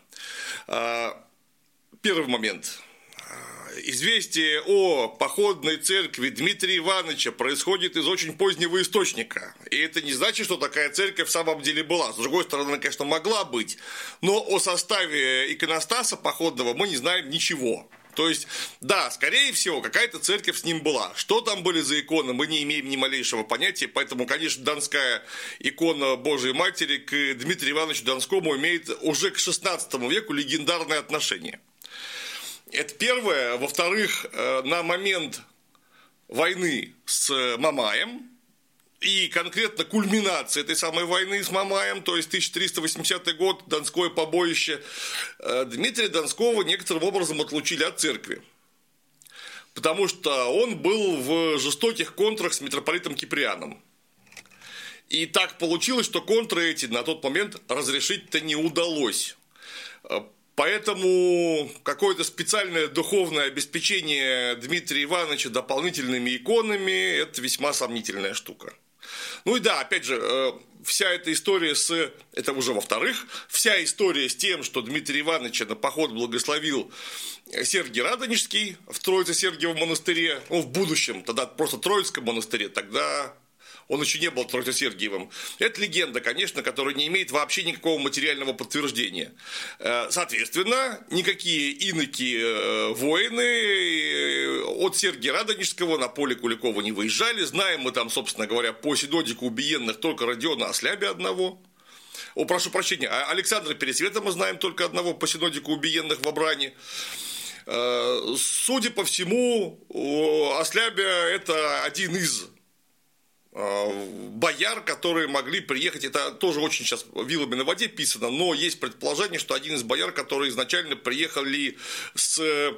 Speaker 1: Первый момент. Известие о походной церкви Дмитрия Ивановича происходит из очень позднего источника. И это не значит, что такая церковь в самом деле была. С другой стороны, конечно, могла быть. Но о составе иконостаса походного мы не знаем ничего. То есть, да, скорее всего, какая-то церковь с ним была. Что там были за иконы, мы не имеем ни малейшего понятия. Поэтому, конечно, донская икона Божией Матери к Дмитрию Ивановичу Донскому имеет уже к XVI веку легендарное отношение. Это первое. Во-вторых, на момент войны с Мамаем и конкретно кульминация этой самой войны с Мамаем, то есть 1380 год, Донское побоище, Дмитрия Донского некоторым образом отлучили от церкви. Потому что он был в жестоких контрах с митрополитом Киприаном. И так получилось, что контры эти на тот момент разрешить-то не удалось. Поэтому какое-то специальное духовное обеспечение Дмитрия Ивановича дополнительными иконами – это весьма сомнительная штука. Ну и да, опять же, вся эта история это уже во-вторых, вся история с тем, что Дмитрия Ивановича на поход благословил Сергий Радонежский в Троице-Сергиевом монастыре, в будущем, тогда просто Троицком монастыре, тогда он еще не был Троице-Сергиевым. Это легенда, конечно, которая не имеет вообще никакого материального подтверждения. Соответственно, никакие иноки-воины от Сергия Радонежского на поле Куликова не выезжали. Знаем мы там, собственно говоря, по синодику убиенных только Родиона Ослябя одного. Прошу прощения, Александра Пересвета мы знаем только одного по синодику убиенных в Абране. Судя по всему, Ослябя – это один из бояр, которые могли приехать, это тоже очень сейчас вилами на воде писано, но есть предположение, что один из бояр, которые изначально приехали с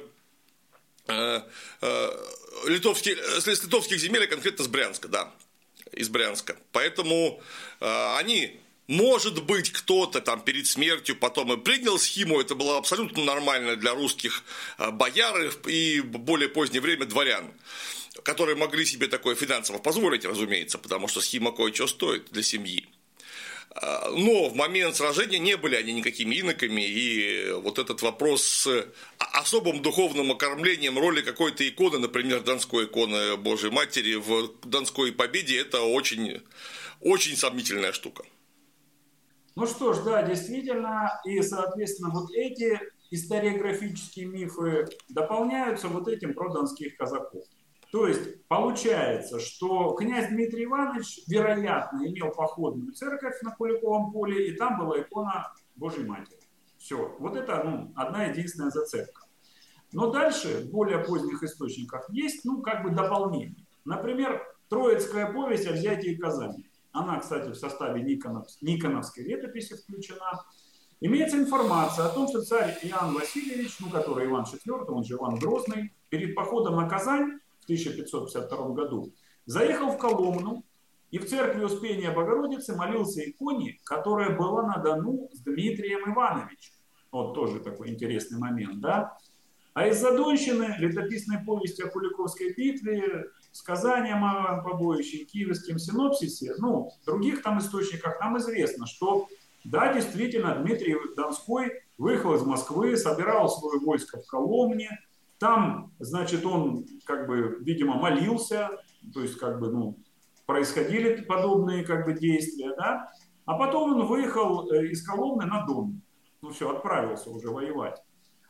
Speaker 1: литовских земель, а конкретно с Брянска, да, из Брянска. Поэтому они, может быть, кто-то там перед смертью потом и принял схиму, это было абсолютно нормально для русских бояр и в более позднее время дворян, которые могли себе такое финансово позволить, разумеется, потому что схима кое-что стоит для семьи. Но в момент сражения не были они никакими иноками, и вот этот вопрос с особым духовным окормлением роли какой-то иконы, например, Донской иконы Божией Матери в Донской победе, это очень, очень сомнительная штука.
Speaker 2: Ну что ж, да, действительно, и, соответственно, вот эти историографические мифы дополняются вот этим про донских казаков. То есть получается, что князь Дмитрий Иванович, вероятно, имел походную церковь на Куликовом поле, и там была икона Божьей Матери. Все. Вот это одна единственная зацепка. Но дальше, в более поздних источниках, есть как бы дополнение. Например, Троицкая повесть о взятии Казани. Она, кстати, в составе Никоновской летописи включена. Имеется информация о том, что царь Иоанн Васильевич, который Иван IV, он же Иван Грозный, перед походом на Казань в 1552 году заехал в Коломну и в церкви Успения Богородицы молился иконе, которая была на Дону с Дмитрием Ивановичем. Вот тоже такой интересный момент, да? А из Задонщины, летописной повести о Куликовской битве, сказаниям о побоище и киевском синопсисе, других там источниках нам известно, что да, действительно, Дмитрий Донской выехал из Москвы, собирал свое войско в Коломне. Там, значит, он, видимо, молился, то есть, происходили подобные, действия, да. А потом он выехал из Коломны на Дон. Все, отправился уже воевать.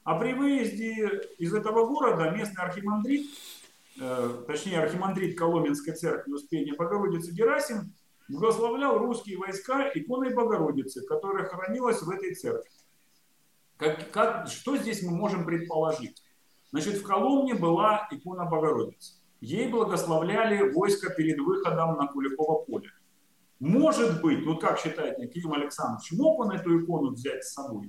Speaker 2: А при выезде из этого города местный архимандрит, точнее архимандрит Коломенской церкви Успения Богородицы Герасим, благословлял русские войска иконой Богородицы, которая хранилась в этой церкви. Что здесь мы можем предположить? Значит, в Коломне была икона Богородицы. Ей благословляли войско перед выходом на Куликово поле. Может быть, вот как считает Клим Александрович, мог он эту икону взять с собой?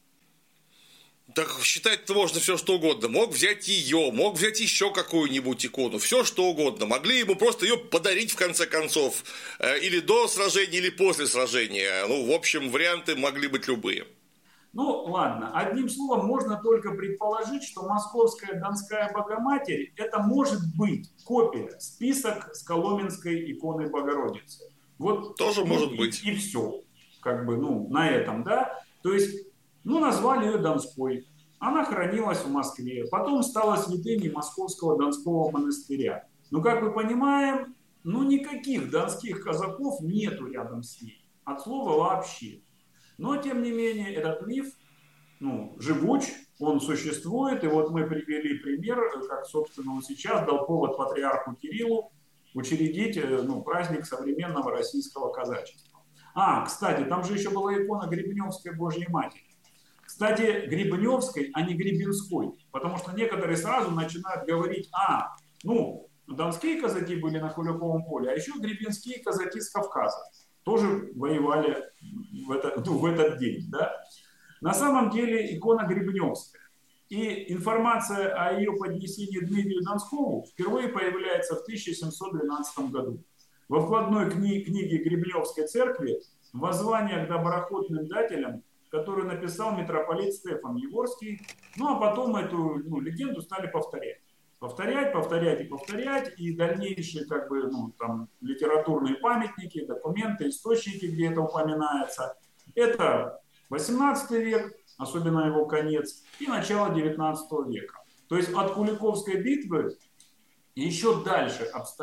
Speaker 1: Так считать-то можно все что угодно. Мог взять ее, мог взять еще какую-нибудь икону, все что угодно. Могли ему просто ее подарить в конце концов. Или до сражения, или после сражения. Ну, в общем, варианты могли быть любые.
Speaker 2: Ну, ладно. Одним словом, можно только предположить, что Московская Донская Богоматерь это может быть копия, список с Коломенской иконой Богородицы. Вот,
Speaker 1: тоже может быть.
Speaker 2: И все. Как бы, на этом, да. То есть, назвали ее Донской. Она хранилась в Москве. Потом стала святыней Московского Донского монастыря. Но, как мы понимаем, никаких донских казаков нету рядом с ней. От слова вообще. Но, тем не менее, этот миф, живуч, он существует. И вот мы привели пример, как, собственно, он сейчас дал повод патриарху Кириллу учредить праздник современного российского казачества. Кстати, там же еще была икона Гребневской Божьей Матери. Кстати, Гребневской, а не Гребенской. Потому что некоторые сразу начинают говорить, донские казаки были на Куликовом поле, а еще гребенские казаки с Кавказа. Тоже воевали в этот день. Да? На самом деле икона Гребневская. И информация о ее поднесении Дмитрию Донскову впервые появляется в 1712 году. Во вкладной книге Гребневской церкви воззвание к доброходным дателям, которую написал митрополит Стефан Еворский, а потом эту легенду стали повторять. Повторять, и дальнейшие литературные памятники, документы, источники, где это упоминается. Это 18 век, особенно его конец, и начало 19 века. То есть от Куликовской битвы еще дальше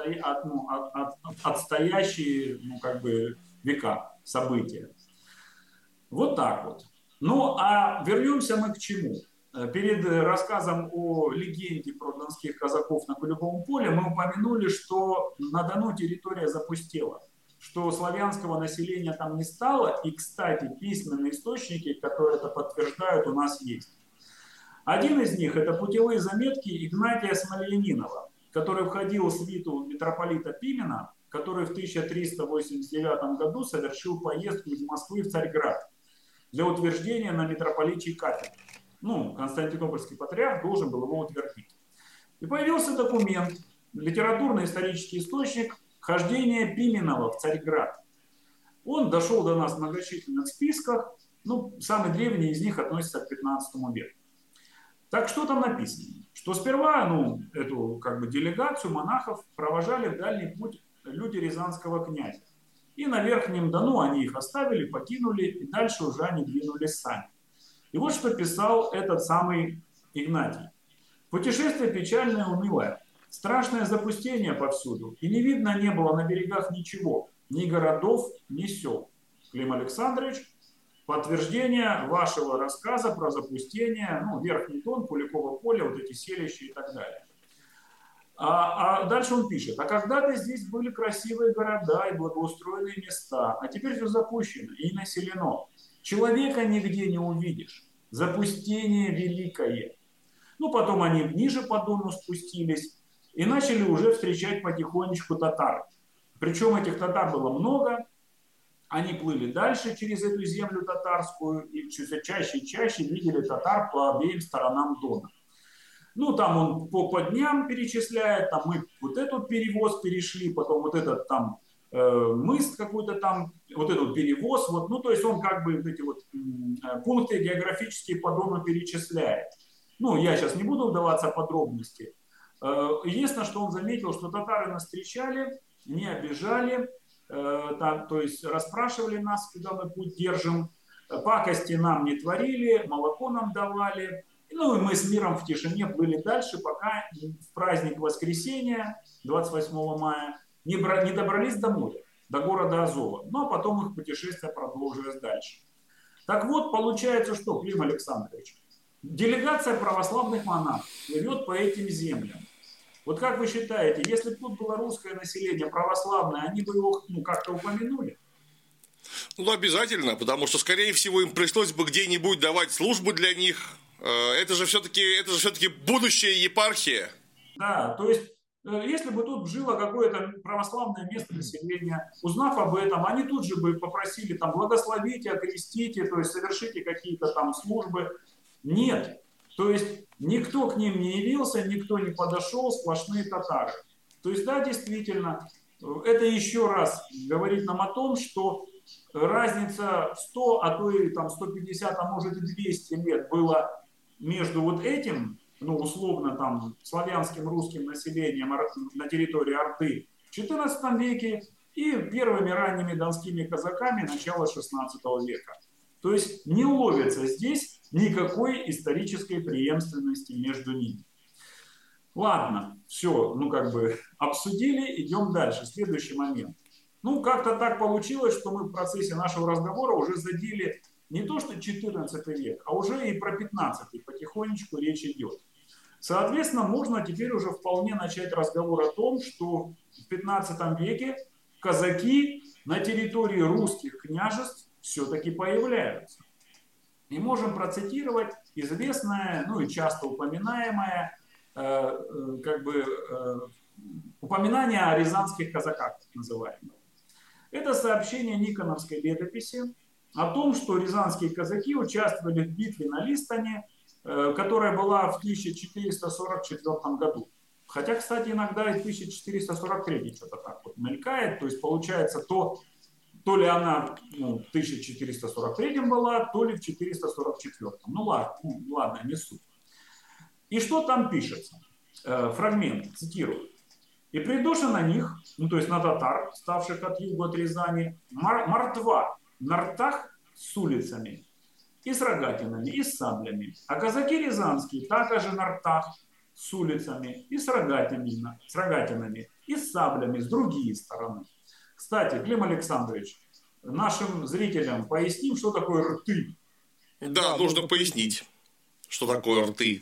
Speaker 2: отстоящие века, события. Вот так вот. А вернемся мы к чему? Перед рассказом о легенде про донских казаков на Куликовом поле мы упомянули, что на Дону территория запустела, что славянского населения там не стало, и, кстати, письменные источники, которые это подтверждают, у нас есть. Один из них – это путевые заметки Игнатия Смольянинова, который входил в свиту митрополита Пимена, который в 1389 году совершил поездку из Москвы в Царьград для утверждения на митрополичьей кафедре. Константинопольский патриарх должен был его утвердить. И появился документ, литературно-исторический источник «Хождение Пименова в Царьград». Он дошел до нас в многочисленных списках, самый древний из них относится к 15 веку. Так что там написано? Что сперва эту делегацию монахов провожали в дальний путь люди рязанского князя. И на Верхнем Дону они их оставили, покинули, и дальше уже они двинулись сами. И вот что писал этот самый Игнатий. Путешествие печальное, унылое. Страшное запустение повсюду. И не видно не было на берегах ничего. Ни городов, ни сел. Клим Александрович, подтверждение вашего рассказа про запустение, Верхний Дон, Куликово поле, вот эти селища и так далее. А дальше он пишет. А когда-то здесь были красивые города и благоустроенные места. А теперь все запущено и населено. Человека нигде не увидишь. Запустение великое. Потом они ниже по Дону спустились и начали уже встречать потихонечку татар. Причем этих татар было много. Они плыли дальше через эту землю татарскую и все чаще и чаще видели татар по обеим сторонам Дона. Там он по дням перечисляет, там мы вот этот перевоз перешли, потом вот этот там мыс какой-то там, вот этот перевоз, то есть он вот эти вот пункты географические по Дону перечисляет. Я сейчас не буду вдаваться в подробности. Единственное, что он заметил, что татары нас встречали, не обижали, то есть расспрашивали нас, куда мы путь держим, пакости нам не творили, молоко нам давали. И мы с миром в тишине плыли дальше, пока в праздник Воскресения, 28 мая, не добрались до моря, до города Азова. А потом их путешествие продолжилось дальше. Так вот, получается что, Клим Александрович? Делегация православных монахов плывет по этим землям. Вот как вы считаете, если бы тут было русское население православное, они бы его как-то упомянули?
Speaker 1: Ну, обязательно, потому что, скорее всего, им пришлось бы где-нибудь давать службы для них. Это же все-таки будущая епархия.
Speaker 2: Да, то есть, если бы тут жило какое-то православное место населения, узнав об этом, они тут же бы попросили там благословите, окрестите, то есть совершите какие-то там службы. Нет. То есть никто к ним не явился, никто не подошел, сплошные татары. То есть, да, действительно, это еще раз говорит нам о том, что разница в 100, а то и там 150, а может и 200 лет было между вот этим, ну, условно, там, славянским русским населением на территории Орды в XIV веке и первыми ранними донскими казаками начала XVI века. То есть не уловится здесь никакой исторической преемственности между ними. Ладно, все, ну как бы обсудили, идем дальше. Следующий момент. Ну, как-то так получилось, что мы в процессе нашего разговора уже задели не то что 14 век, а уже и про 15 потихонечку речь идет. Соответственно, можно теперь уже вполне начать разговор о том, что в 15 веке казаки на территории русских княжеств все-таки появляются. И можем процитировать известное, ну и часто упоминаемое, упоминание о рязанских казаках, так называемых. Это сообщение Никоновской летописи о том, что рязанские казаки участвовали в битве на Листоне, которая была в 1444 году. Хотя, кстати, иногда и 1443 что-то так вот мелькает. То есть получается, то ли она в 1443 была, то ли в 444. Ну ладно, не суть. И что там пишется? Фрагмент, цитирую. «И придоша на них, ну то есть на татар, ставших от юга от Рязани, мартва на ртах с улицами и с рогатинами, и с саблями. А казаки рязанские также на ртах с улицами и с рогатинами, и с саблями с другие стороны». Кстати, Клим Александрович, нашим зрителям поясним, что такое рты.
Speaker 1: Да, нужно пояснить, что такое рты.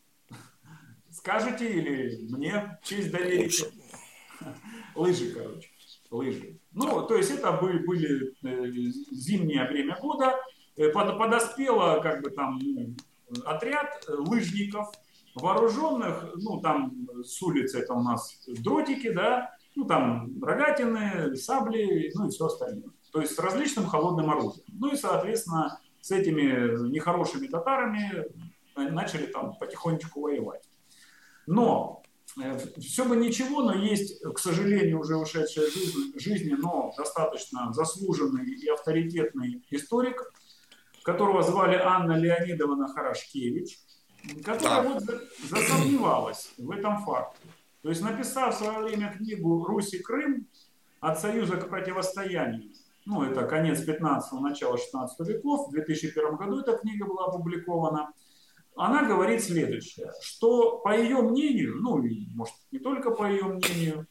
Speaker 2: Скажете или мне честь доверить? Лыжи, короче. Лыжи. Ну, то есть это были зимнее время года. Подоспело как бы там отряд лыжников, вооруженных, ну, там с улицы это у нас дротики, да, ну, там рогатины, сабли, ну, и все остальное. То есть с различным холодным оружием. Ну, и, соответственно, с этими нехорошими татарами начали там потихонечку воевать. Но все бы ничего, но есть, к сожалению, уже ушедшая жизни, но достаточно заслуженный и авторитетный историк, которого звали Анна Леонидовна Хорошкевич, которая вот засомневалась в этом факте. То есть, написав в свое время книгу «Русь и Крым. От союза к противостоянию», ну, это конец 15-го, начало 16 веков, в 2001 году эта книга была опубликована, она говорит следующее, что по ее мнению, ну, и, может, не только по ее мнению,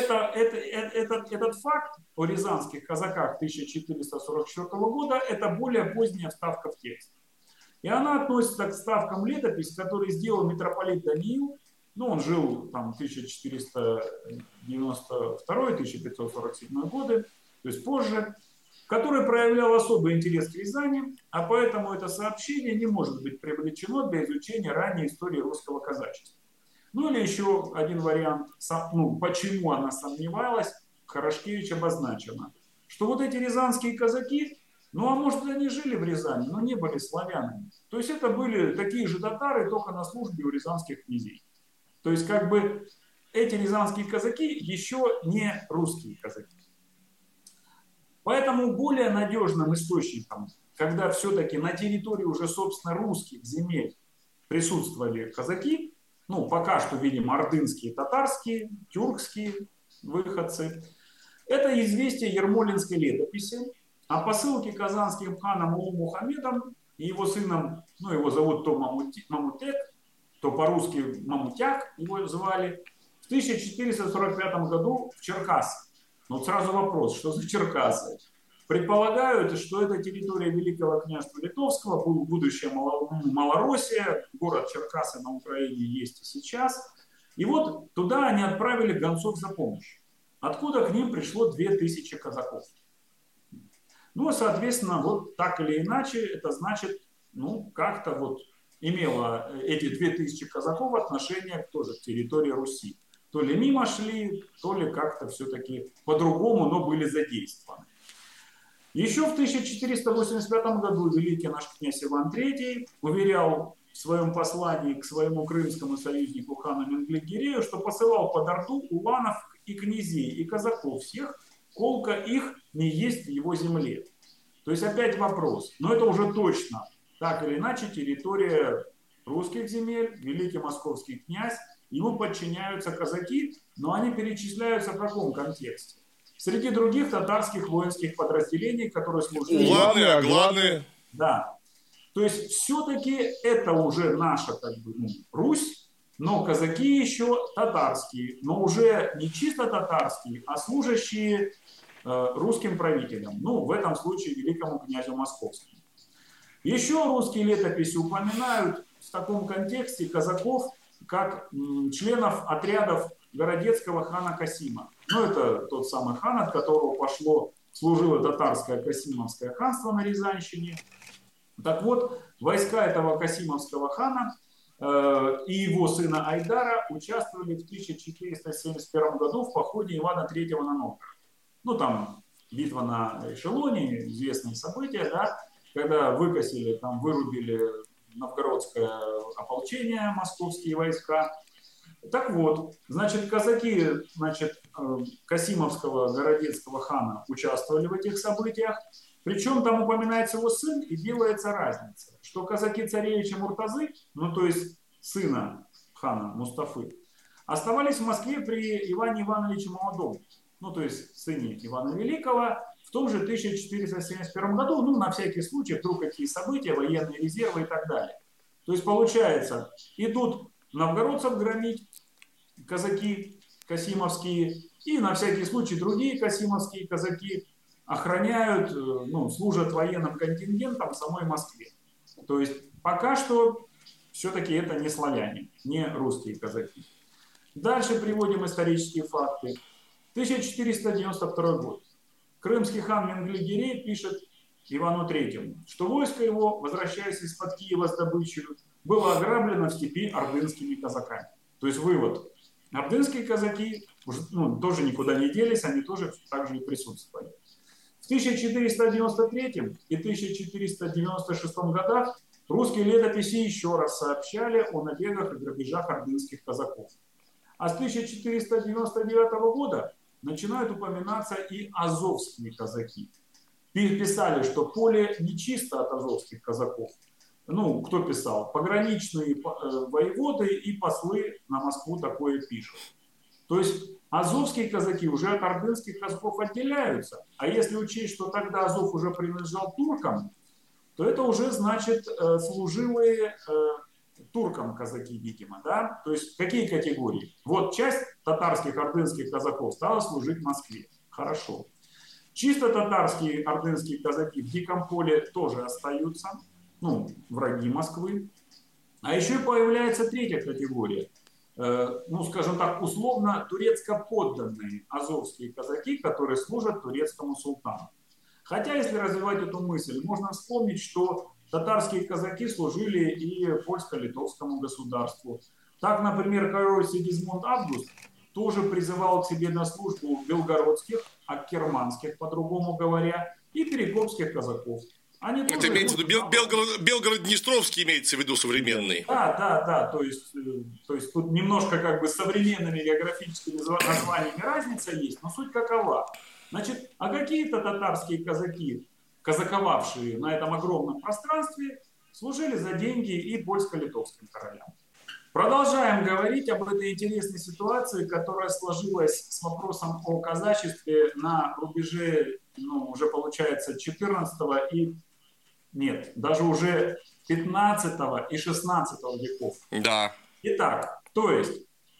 Speaker 2: этот факт о рязанских казаках 1444 года – это более поздняя вставка в текст. И она относится к вставкам летописи, которые сделал митрополит Даниил, ну, он жил там 1492-1547 годы, то есть позже, который проявлял особый интерес к Рязани, а поэтому это сообщение не может быть привлечено для изучения ранней истории русского казачества. Ну или еще один вариант, ну, почему она сомневалась, Хорошкевич обозначено, что вот эти рязанские казаки, ну а может они жили в Рязани, но не были славянами. То есть это были такие же татары, только на службе у рязанских князей. То есть как бы эти рязанские казаки еще не русские казаки. Поэтому более надежным источником, когда все-таки на территории уже, собственно, русских земель присутствовали казаки, ну, пока что, видимо, ордынские, татарские, тюркские выходцы, это известие Ермолинской летописи о посылке казанским ханом Улу-Мухаммедом и его сыном, ну, его зовут то Мамутек, то по-русски Мамутяк его звали, в 1445 году в Черкасах. Но вот сразу вопрос, что за Черкасы? Предполагают, что это территория Великого княжества Литовского, будущая Малороссия, город Черкассы на Украине есть и сейчас. И вот туда они отправили гонцов за помощью, откуда к ним пришло 2000 казаков. Ну, соответственно, вот так или иначе, это значит, ну, как-то вот имело эти 2000 казаков отношение тоже к территории Руси. То ли мимо шли, то ли как-то все-таки по-другому, но были задействованы. Еще в 1485 году великий наш князь Иван III уверял в своем послании к своему крымскому союзнику хану Менглигерею, что посылал под Орду уланов и князей, и казаков всех, колко их не есть в его земле. То есть опять вопрос, но это уже точно, так или иначе, территория русских земель, великий московский князь, ему подчиняются казаки, но они перечисляются в каком контексте? Среди других татарских воинских подразделений, которые служили...
Speaker 1: Уланы, агланы.
Speaker 2: Да. То есть все-таки это уже наша как бы, Русь, но казаки еще татарские, но уже не чисто татарские, а служащие русским правителям. Ну, в этом случае великому князю московскому. Еще русские летописи упоминают в таком контексте казаков, как членов отрядов городецкого хана Касима. Ну, это тот самый хан, от которого служило татарское Касимовское ханство на Рязанщине. Так вот, войска этого Касимовского хана и его сына Айдара участвовали в 1471 году в походе Ивана III на Новгород. Ну, там битва на Эшелоне, известные события, да, когда выкосили, там вырубили новгородское ополчение, московские войска. Так вот, значит, казаки, Касимовского городецкого хана участвовали в этих событиях. Причем там упоминается его сын и делается разница, что казаки царевича Муртазы, ну то есть сына хана Мустафы, оставались в Москве при Иване Ивановиче Молодом, ну то есть сыне Ивана Великого, в том же 1471 году, ну на всякий случай, вдруг какие события, военные резервы и так далее. То есть получается, идут новгородцев громить казаки касимовские, и на всякий случай другие касимовские казаки охраняют, ну, служат военным контингентом в самой Москве. То есть пока что все-таки это не славяне, не русские казаки. Дальше приводим исторические факты. 1492 год. Крымский хан Менглигерей пишет Ивану III, что войско его, возвращаясь из-под Киева с добычей, было ограблено в степи ордынскими казаками. То есть вывод. Ордынские казаки тоже никуда не делись, они тоже также и присутствовали. В 1493 и 1496 годах русские летописи еще раз сообщали о набегах и грабежах ордынских казаков. А с 1499 года начинают упоминаться и азовские казаки. Писали, что поле не чисто от азовских казаков. Ну, кто писал? Пограничные воеводы и послы на Москву такое пишут. То есть азовские казаки уже от ордынских казаков отделяются. А если учесть, что тогда Азов уже принадлежал туркам, то это уже, значит, служилые туркам казаки, видимо. Да? То есть какие категории? Вот часть татарских ордынских казаков стала служить в Москве. Хорошо. Чисто татарские ордынские казаки в Диком поле тоже остаются. Ну, враги Москвы. А еще и появляется третья категория. Ну, скажем так, условно турецко-подданные азовские казаки, которые служат турецкому султану. Хотя, если развивать эту мысль, можно вспомнить, что татарские казаки служили и польско-литовскому государству. Так, например, король Сигизмунд Август тоже призывал к себе на службу белгородских, аккерманских, по-другому говоря, и перекопских казаков. Они
Speaker 1: это имеется в виду Белгород-Днестровский имеется в виду современный.
Speaker 2: Да. То есть тут немножко как бы с современными географическими названиями разница есть, но суть какова. Значит, а какие-то татарские казаки, казаковавшие на этом огромном пространстве, служили за деньги и польско-литовским королям. Продолжаем говорить об этой интересной ситуации, которая сложилась с вопросом о казачестве на рубеже, уже получается 14 и даже уже 15 и 16 веков.
Speaker 1: Да.
Speaker 2: Итак, то есть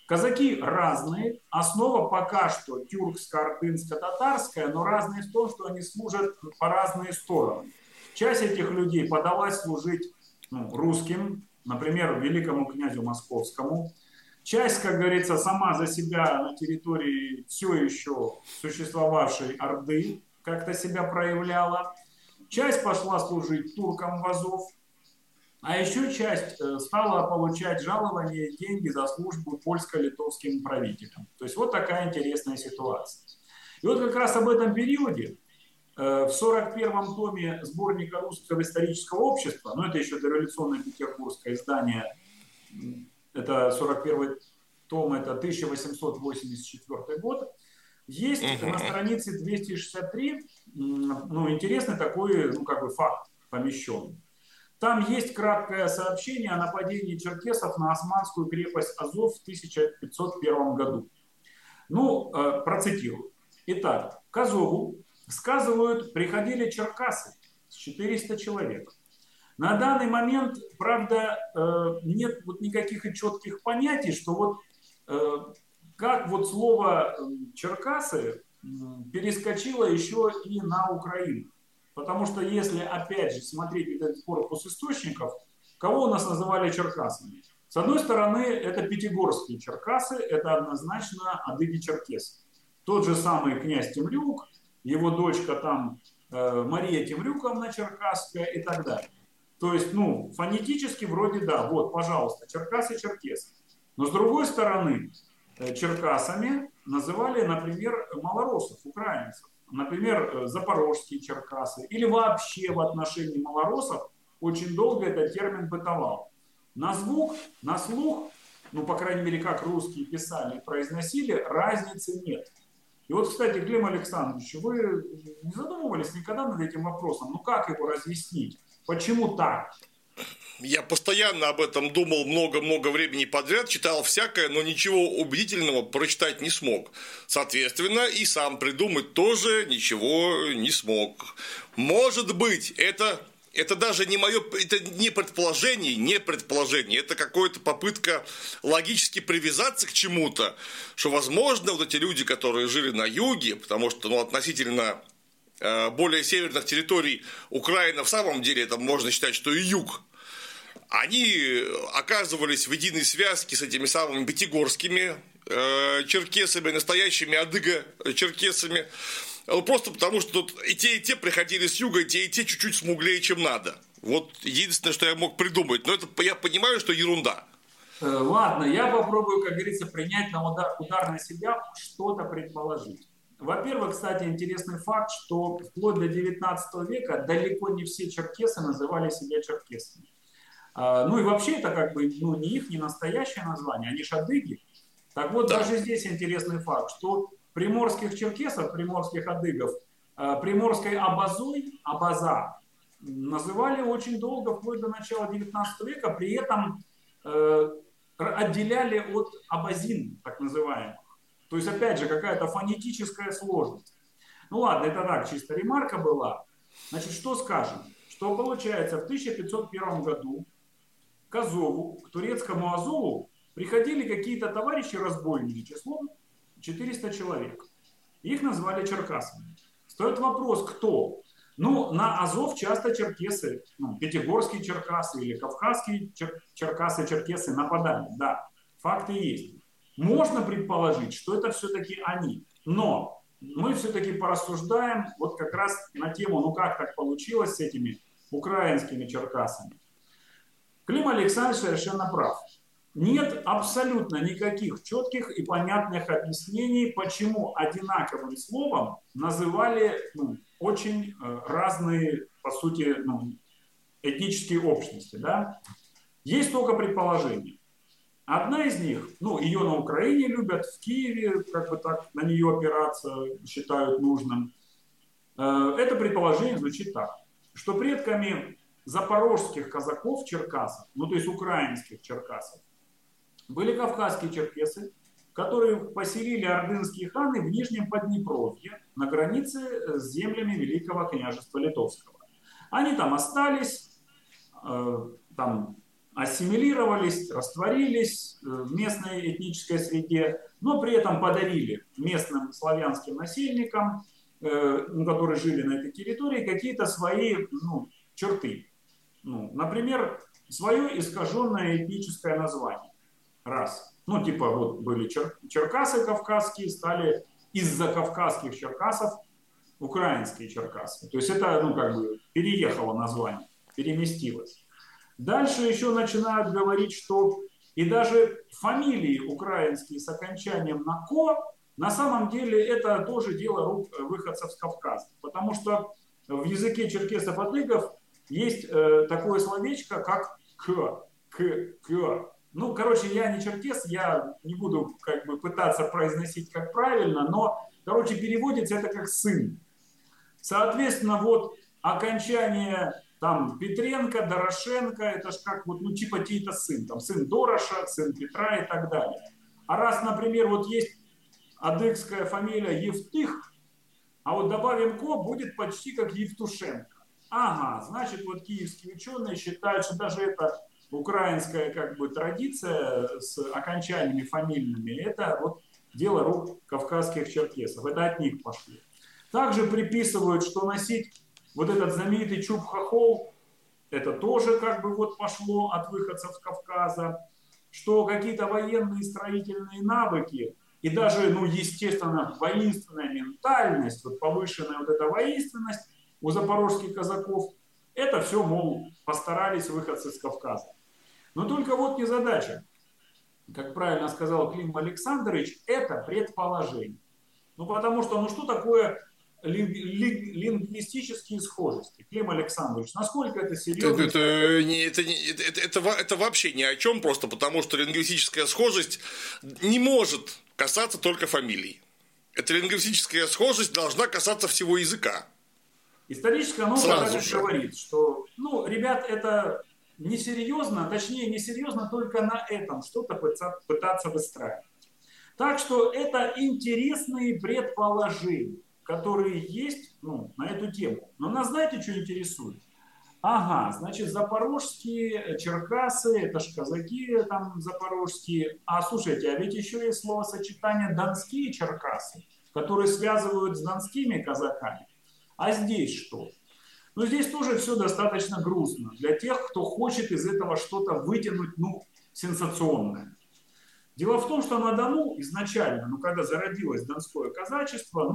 Speaker 2: Казаки разные, основа пока что тюркско-ордынско-татарская, но разные в том, что они служат по разные стороны. Часть этих людей подалась служить русским, например, великому князю Московскому. Часть, как говорится, сама за себя на территории все еще существовавшей Орды как-то себя проявляла. Часть пошла служить туркам в Азов. А еще часть стала получать жалования и деньги за службу польско-литовским правителям. То есть вот такая интересная ситуация. И вот как раз об этом периоде в 41-м томе сборника Русского исторического общества, ну это еще дореволюционное петербургское издание, это 41-й том, это 1884 год, есть на странице 263, интересный такой, факт помещен. Там есть краткое сообщение о нападении черкесов на османскую крепость Азов в 1501 году. Процитирую. Итак, к Азову, сказывают, приходили черкасы с 400 человек. На данный момент, правда, нет никаких и четких понятий, что как слово черкасы перескочило еще и на Украину. Потому что если, опять же, смотреть этот корпус источников, кого у нас называли черкасами? С одной стороны, это пятигорские черкасы, это однозначно адыги-черкесы. Тот же самый князь Темрюк, его дочка там Мария Темрюковна Черкасская и так далее. То есть, фонетически вроде да, вот, пожалуйста, черкасы-черкесы. Но с другой стороны, черкасами называли, например, малороссов, украинцев. Например, запорожские черкасы. Или вообще в отношении малороссов очень долго этот термин бытовал. На звук, на слух, по крайней мере, как русские писали и произносили, разницы нет. И вот, кстати, Клим Александрович, вы не задумывались никогда над этим вопросом? Как его разъяснить? Почему так?
Speaker 1: Я постоянно об этом думал много-много времени подряд, читал всякое, но ничего убедительного прочитать не смог. Соответственно, и сам придумать тоже ничего не смог. Может быть, это даже не мое, это не предположение, это какая-то попытка логически привязаться к чему-то, что, возможно, вот эти люди, которые жили на юге, потому что, относительно более северных территорий Украины в самом деле, это можно считать, что и юг, они оказывались в единой связке с этими самыми пятигорскими черкесами, настоящими адыго-черкесами, просто потому, что тут и те приходили с юга, и те чуть-чуть смуглее, чем надо. Вот единственное, что я мог придумать, но это я понимаю, что ерунда.
Speaker 2: Ладно, я попробую, как говорится, принять на удар на себя, что-то предположить. Во-первых, кстати, интересный факт, что вплоть до 19 века далеко не все черкесы называли себя черкесами. И вообще это не их, не настоящее название, они шадыги. Так вот, даже здесь интересный факт, что приморских черкесов, приморских адыгов, приморской абаза называли очень долго, вплоть до начала 19 века, при этом отделяли от абазин, так называемых. То есть, опять же, какая-то фонетическая сложность. Ладно, это так, чисто ремарка была. Значит, что скажем? Что получается, в 1501 году к Азову, к турецкому Азову, приходили какие-то товарищи-разбойники числом 400 человек. Их назвали черкасами. Стоит вопрос, кто? На Азов часто черкесы, пятигорские черкасы или кавказские черкасы нападали. Да, факты есть. Можно предположить, что это все-таки они. Но мы все-таки порассуждаем вот как раз на тему, как так получилось с этими украинскими черкасами. Клим Александрович совершенно прав. Нет абсолютно никаких четких и понятных объяснений, почему одинаковым словом называли очень разные, по сути, этнические общности. Да? Есть только предположения. Одна из них, ее на Украине любят, в Киеве на нее опираться считают нужным. Это предположение звучит так, что предками запорожских казаков-черкасов, то есть украинских черкасов, были кавказские черкесы, которые поселили ордынские ханы в Нижнем Поднепровье на границе с землями Великого княжества Литовского. Они там остались, ассимилировались, растворились в местной этнической среде, но при этом подарили местным славянским насельникам, которые жили на этой территории, какие-то свои черты. Например, свое искаженное этническое название. Раз. Типа вот были черкасы кавказские, стали из-за кавказских черкасов украинские черкасы. То есть это, переехало название, переместилось. Дальше еще начинают говорить, что и даже фамилии украинские с окончанием на «ко», на самом деле это тоже дело рук выходцев с Кавказа. Потому что в языке черкесов-адыгов есть такое словечко, как «к». Я не черкес, я не буду пытаться произносить как правильно, но, переводится это как «сын». Соответственно, вот окончание там Петренко, Дорошенко, это ж как типа чей-то сын. Там сын Дороша, сын Петра и так далее. А раз, например, вот есть адыгская фамилия Евтых, а вот добавим «ко», будет почти как Евтушенко. Ага, значит, вот киевские ученые считают, что даже эта украинская традиция с окончаниями фамильными, это вот дело рук кавказских черкесов. Это от них пошло. Также приписывают, что носить вот этот знаменитый чуб-хохол, это тоже пошло от выходцев с Кавказа, что какие-то военные строительные навыки и даже, естественно, воинственная ментальность, повышенная вот эта воинственность у запорожских казаков, это все, постарались выходцы с Кавказа. Но только вот незадача. Как правильно сказал Клим Александрович, это предположение. Потому что, что такое лингвистические схожести? Клим Александрович, насколько это серьезно?
Speaker 1: Это вообще ни о чем, просто потому что лингвистическая схожесть не может касаться только фамилий. Эта лингвистическая схожесть должна касаться всего языка.
Speaker 2: Историческая наука говорит, что, ребят, это несерьезно, точнее, несерьезно только на этом что-то пытаться выстраивать. Так что это интересные предположения, которые есть на эту тему. Но нас знаете, что интересует? Ага, значит, запорожские черкасы, это ж казаки там запорожские. А слушайте, а ведь еще есть словосочетание донские черкасы, которые связывают с донскими казаками. А здесь что? Здесь тоже все достаточно грустно для тех, кто хочет из этого что-то вытянуть, сенсационное. Дело в том, что на Дону изначально, когда зародилось донское казачество,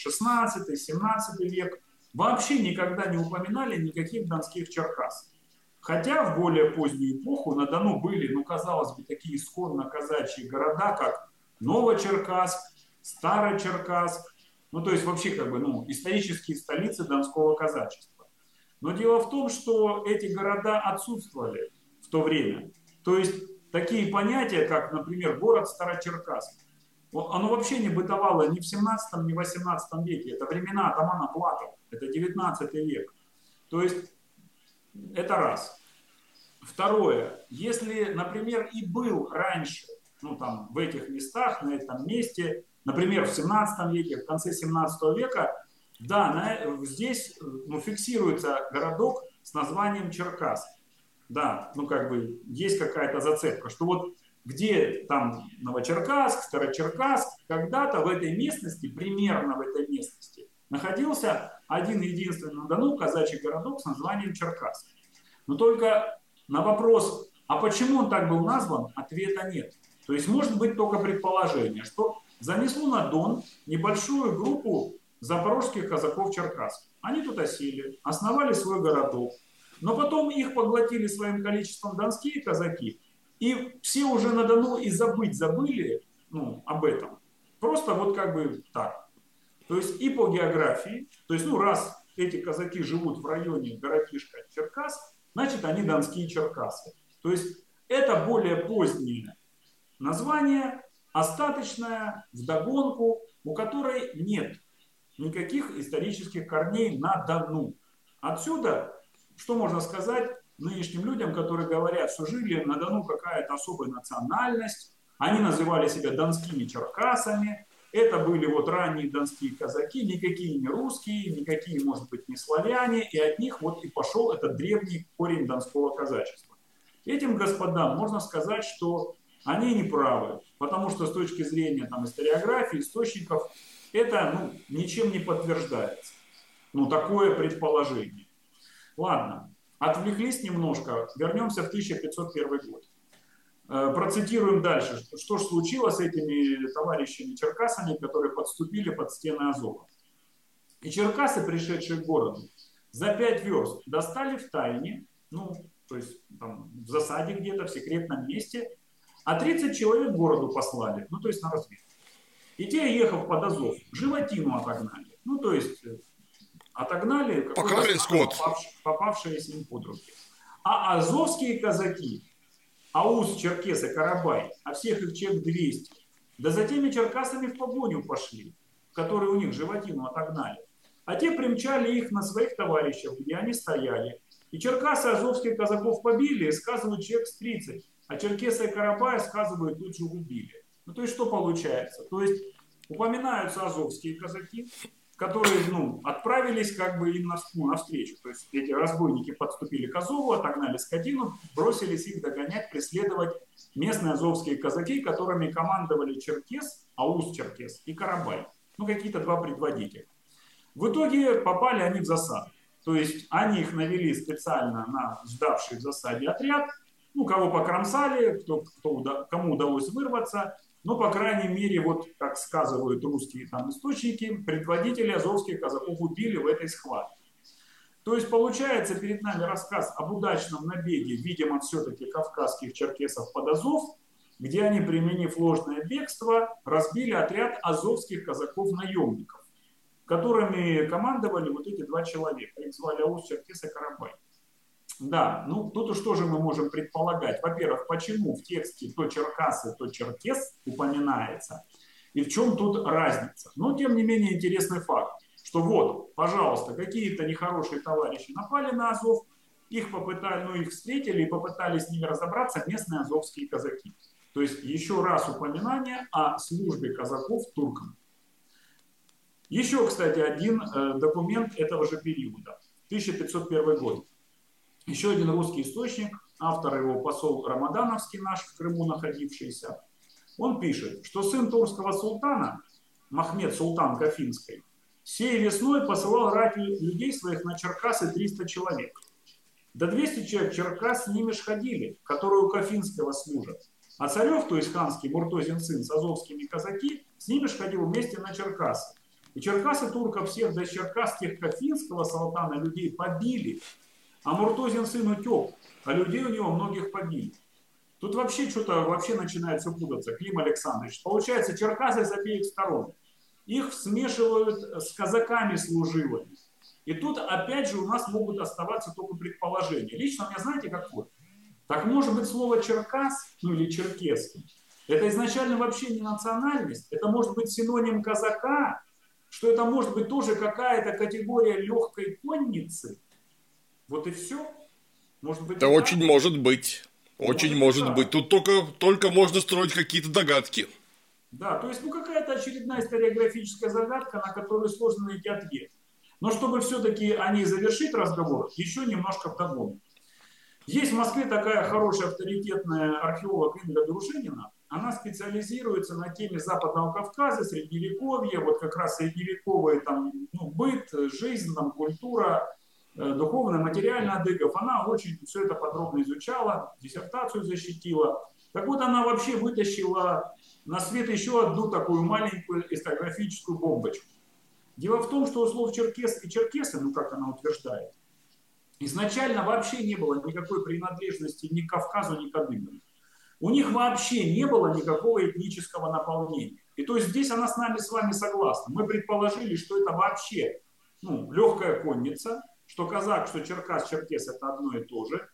Speaker 2: 16-17 век, вообще никогда не упоминали никаких донских черкас. Хотя в более позднюю эпоху на Дону были, казалось бы, такие исконно казачьи города, как Новочеркасск, Старочеркасск, то есть вообще исторические столицы донского казачества. Но дело в том, что эти города отсутствовали в то время. То есть такие понятия, как, например, город Старочеркасск, оно вообще не бытовало ни в 17, ни в 18 веке. Это времена атамана Платова, это 19 век. То есть это раз. Второе, если, например, и был раньше, в этих местах, на этом месте, например, в 17 веке, в конце 17 века, да, здесь фиксируется городок с названием Черкасск. Да, есть какая-то зацепка, что вот где там Новочеркасск, Старочеркасск, когда-то в этой местности, примерно в этой местности, находился один единственный на Дону казачий городок с названием Черкасск. Но только на вопрос, а почему он так был назван, ответа нет. То есть может быть только предположение, что занесло на Дон небольшую группу запорожских казаков-черкасов. Они тут осели, основали свой городок, но потом их поглотили своим количеством донские казаки, и все уже на Дону и забыли об этом. Просто так. То есть и по географии, то есть раз эти казаки живут в районе городишка Черкасск, значит они донские черкасы. То есть это более позднее название, остаточное, вдогонку, у которой нет никаких исторических корней на Дону. Отсюда, что можно сказать нынешним людям, которые говорят, что жили на Дону какая-то особая национальность, они называли себя донскими черкасами, это были ранние донские казаки, никакие не русские, никакие, может быть, не славяне, и от них и пошел этот древний корень донского казачества. Этим господам можно сказать, что они не правы, потому что с точки зрения там, историографии, источников, это ничем не подтверждается. Такое предположение. Ладно, отвлеклись немножко, вернемся в 1501 год. Процитируем дальше, что же случилось с этими товарищами-черкасами, которые подступили под стены Азова. И черкасы, пришедшие к городу, за 5 верст достали в тайне, то есть там, в засаде где-то, в секретном месте, а 30 человек к городу послали, то есть на разведку. И те, ехав под Азов, животину отогнали. То есть отогнали какое-то попавшееся им под руки. А азовские казаки, аус, черкесы, Карабай, а всех их человек 200, да за теми черкасами в погоню пошли, которые у них животину отогнали. А те примчали их на своих товарищев, где они стояли. И черкасы азовских казаков побили, и сказывают человек с 30, а черкесы и Карабая, сказывают, тут же убили. То есть что получается? То есть упоминаются азовские казаки, которые отправились как бы им навстречу. То есть эти разбойники подступили к Азову, отогнали скотину, бросились их догонять, преследовать местные азовские казаки, которыми командовали Черкес, Аус-Черкес и Карабай. Какие-то два предводителя. В итоге попали они в засаду. То есть они их навели специально на ждавший в засаде отряд, кого покромсали, кому удалось вырваться. Но, по крайней мере, как сказывают русские источники, предводители азовских казаков убили в этой схватке. То есть, получается, перед нами рассказ об удачном набеге, видимо, все-таки кавказских черкесов под Азов, где они, применив ложное бегство, разбили отряд азовских казаков-наемников, которыми командовали эти 2 человека. Их звали Аус, Черкес и Карабай. Да, тут уж тоже мы можем предполагать. Во-первых, почему в тексте то черкасы, то черкес упоминается, и в чем тут разница. Но, тем не менее, интересный факт, что пожалуйста, какие-то нехорошие товарищи напали на Азов, их встретили и попытались с ними разобраться местные азовские казаки. То есть, еще раз упоминание о службе казаков туркам. Еще, кстати, один документ этого же периода, 1501 год. Еще один русский источник, автор его посол Рамадановский наш, в Крыму находившийся, он пишет, что сын турского султана, Махмед Султан Кафинской, сей весной посылал рать людей своих на Черкасы 300 человек. До 200 человек Черкас с ними ж ходили, которые у Кафинского служат. А царев, то есть ханский Муртозин сын с азовскими казаки, с ними ж ходил вместе на Черкасы. И черкасы турков всех до черкасских Кафинского султана людей побили, а Муртозин сын утек, а людей у него многих побили. Тут вообще начинает все путаться, Клим Александрович. Получается, черкасы с обеих сторон. Их смешивают с казаками служивыми. И тут опять же у нас могут оставаться только предположения. Лично у меня знаете какое? Так может быть слово черкас, или черкес, это изначально вообще не национальность, это может быть синоним казака, что это может быть тоже какая-то категория легкой конницы. И все. Может быть,
Speaker 1: это очень может быть. Очень может быть. Тут только можно строить какие-то догадки.
Speaker 2: Да, то есть какая-то очередная историографическая загадка, на которую сложно найти ответ. Но чтобы все-таки о ней завершить разговор, еще немножко вдогонку. Есть в Москве такая хорошая авторитетная археолог Инга Дружинина. Она специализируется на теме Западного Кавказа, Средневековья, как раз средневековый быт, жизнь, культура, духовная, материальная адыгов. Она очень все это подробно изучала, диссертацию защитила. Так она вообще вытащила на свет еще одну такую маленькую историографическую бомбочку. Дело в том, что у слов черкес и черкесы, как она утверждает, изначально вообще не было никакой принадлежности ни к Кавказу, ни к адыгам. У них вообще не было никакого этнического наполнения. И то есть здесь она с вами согласна. Мы предположили, что это вообще легкая конница, что казак, что черкас, черкес это одно и то же,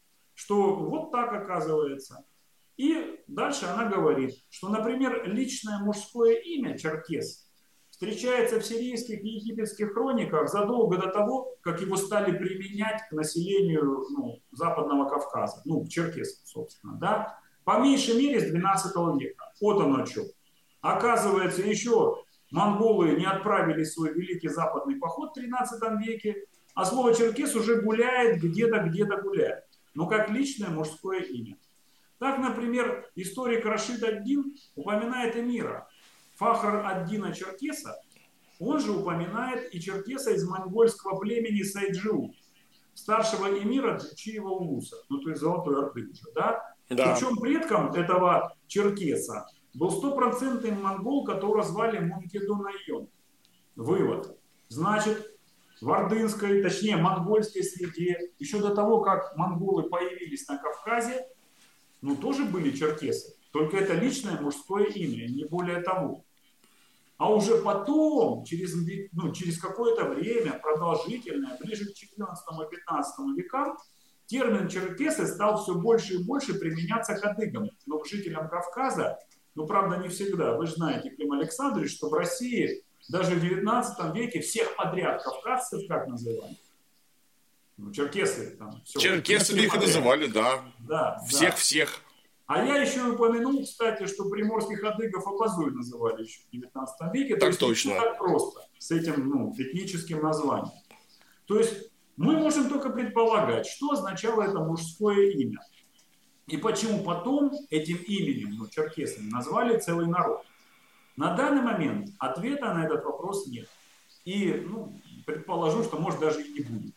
Speaker 2: что так оказывается. И дальше она говорит, что, например, личное мужское имя черкес встречается в сирийских и египетских хрониках задолго до того, как его стали применять к населению Западного Кавказа, к черкесам, собственно, да, по меньшей мере с 12 века. Вот оно что. Оказывается, еще монголы не отправили свой великий западный поход в 13 веке, а слово черкес уже гуляет где-то гуляет. но как личное мужское имя. Так, например, историк Рашид ад-Дин упоминает эмира Фахр ад-Дина Черкеса, он же упоминает и черкеса из монгольского племени Сайджиу, старшего эмира Джучиева Улуса, ну то есть Золотой Орды уже, да?
Speaker 1: Да.
Speaker 2: Причем предком этого черкеса был стопроцентный монгол, которого звали Мункедон Айон. Вывод. Значит, в ордынской, точнее монгольской среде, еще до того, как монголы появились на Кавказе, ну тоже были черкесы. Только это личное мужское имя, не более того. А уже потом, через какое-то время, продолжительное, ближе к 14-15 векам, термин черкесы стал все больше и больше применяться к адыгам, но к жителям Кавказа, ну правда не всегда. Вы же знаете, Клим Александрович, что в России даже в 19 веке всех подряд кавказцев как называли? Ну, черкесы там. Все.
Speaker 1: Черкесы их и называли, да.
Speaker 2: Да.
Speaker 1: Всех.
Speaker 2: А я еще упомянул, кстати, что приморских адыгов абазуй называли еще в 19 веке.
Speaker 1: Так
Speaker 2: то есть
Speaker 1: точно.
Speaker 2: Не так просто с этим этническим названием. То есть мы можем только предполагать, что означало это мужское имя. И почему потом этим именем, черкесами, назвали целый народ. На данный момент ответа на этот вопрос нет. И предположу, что может даже и не будет.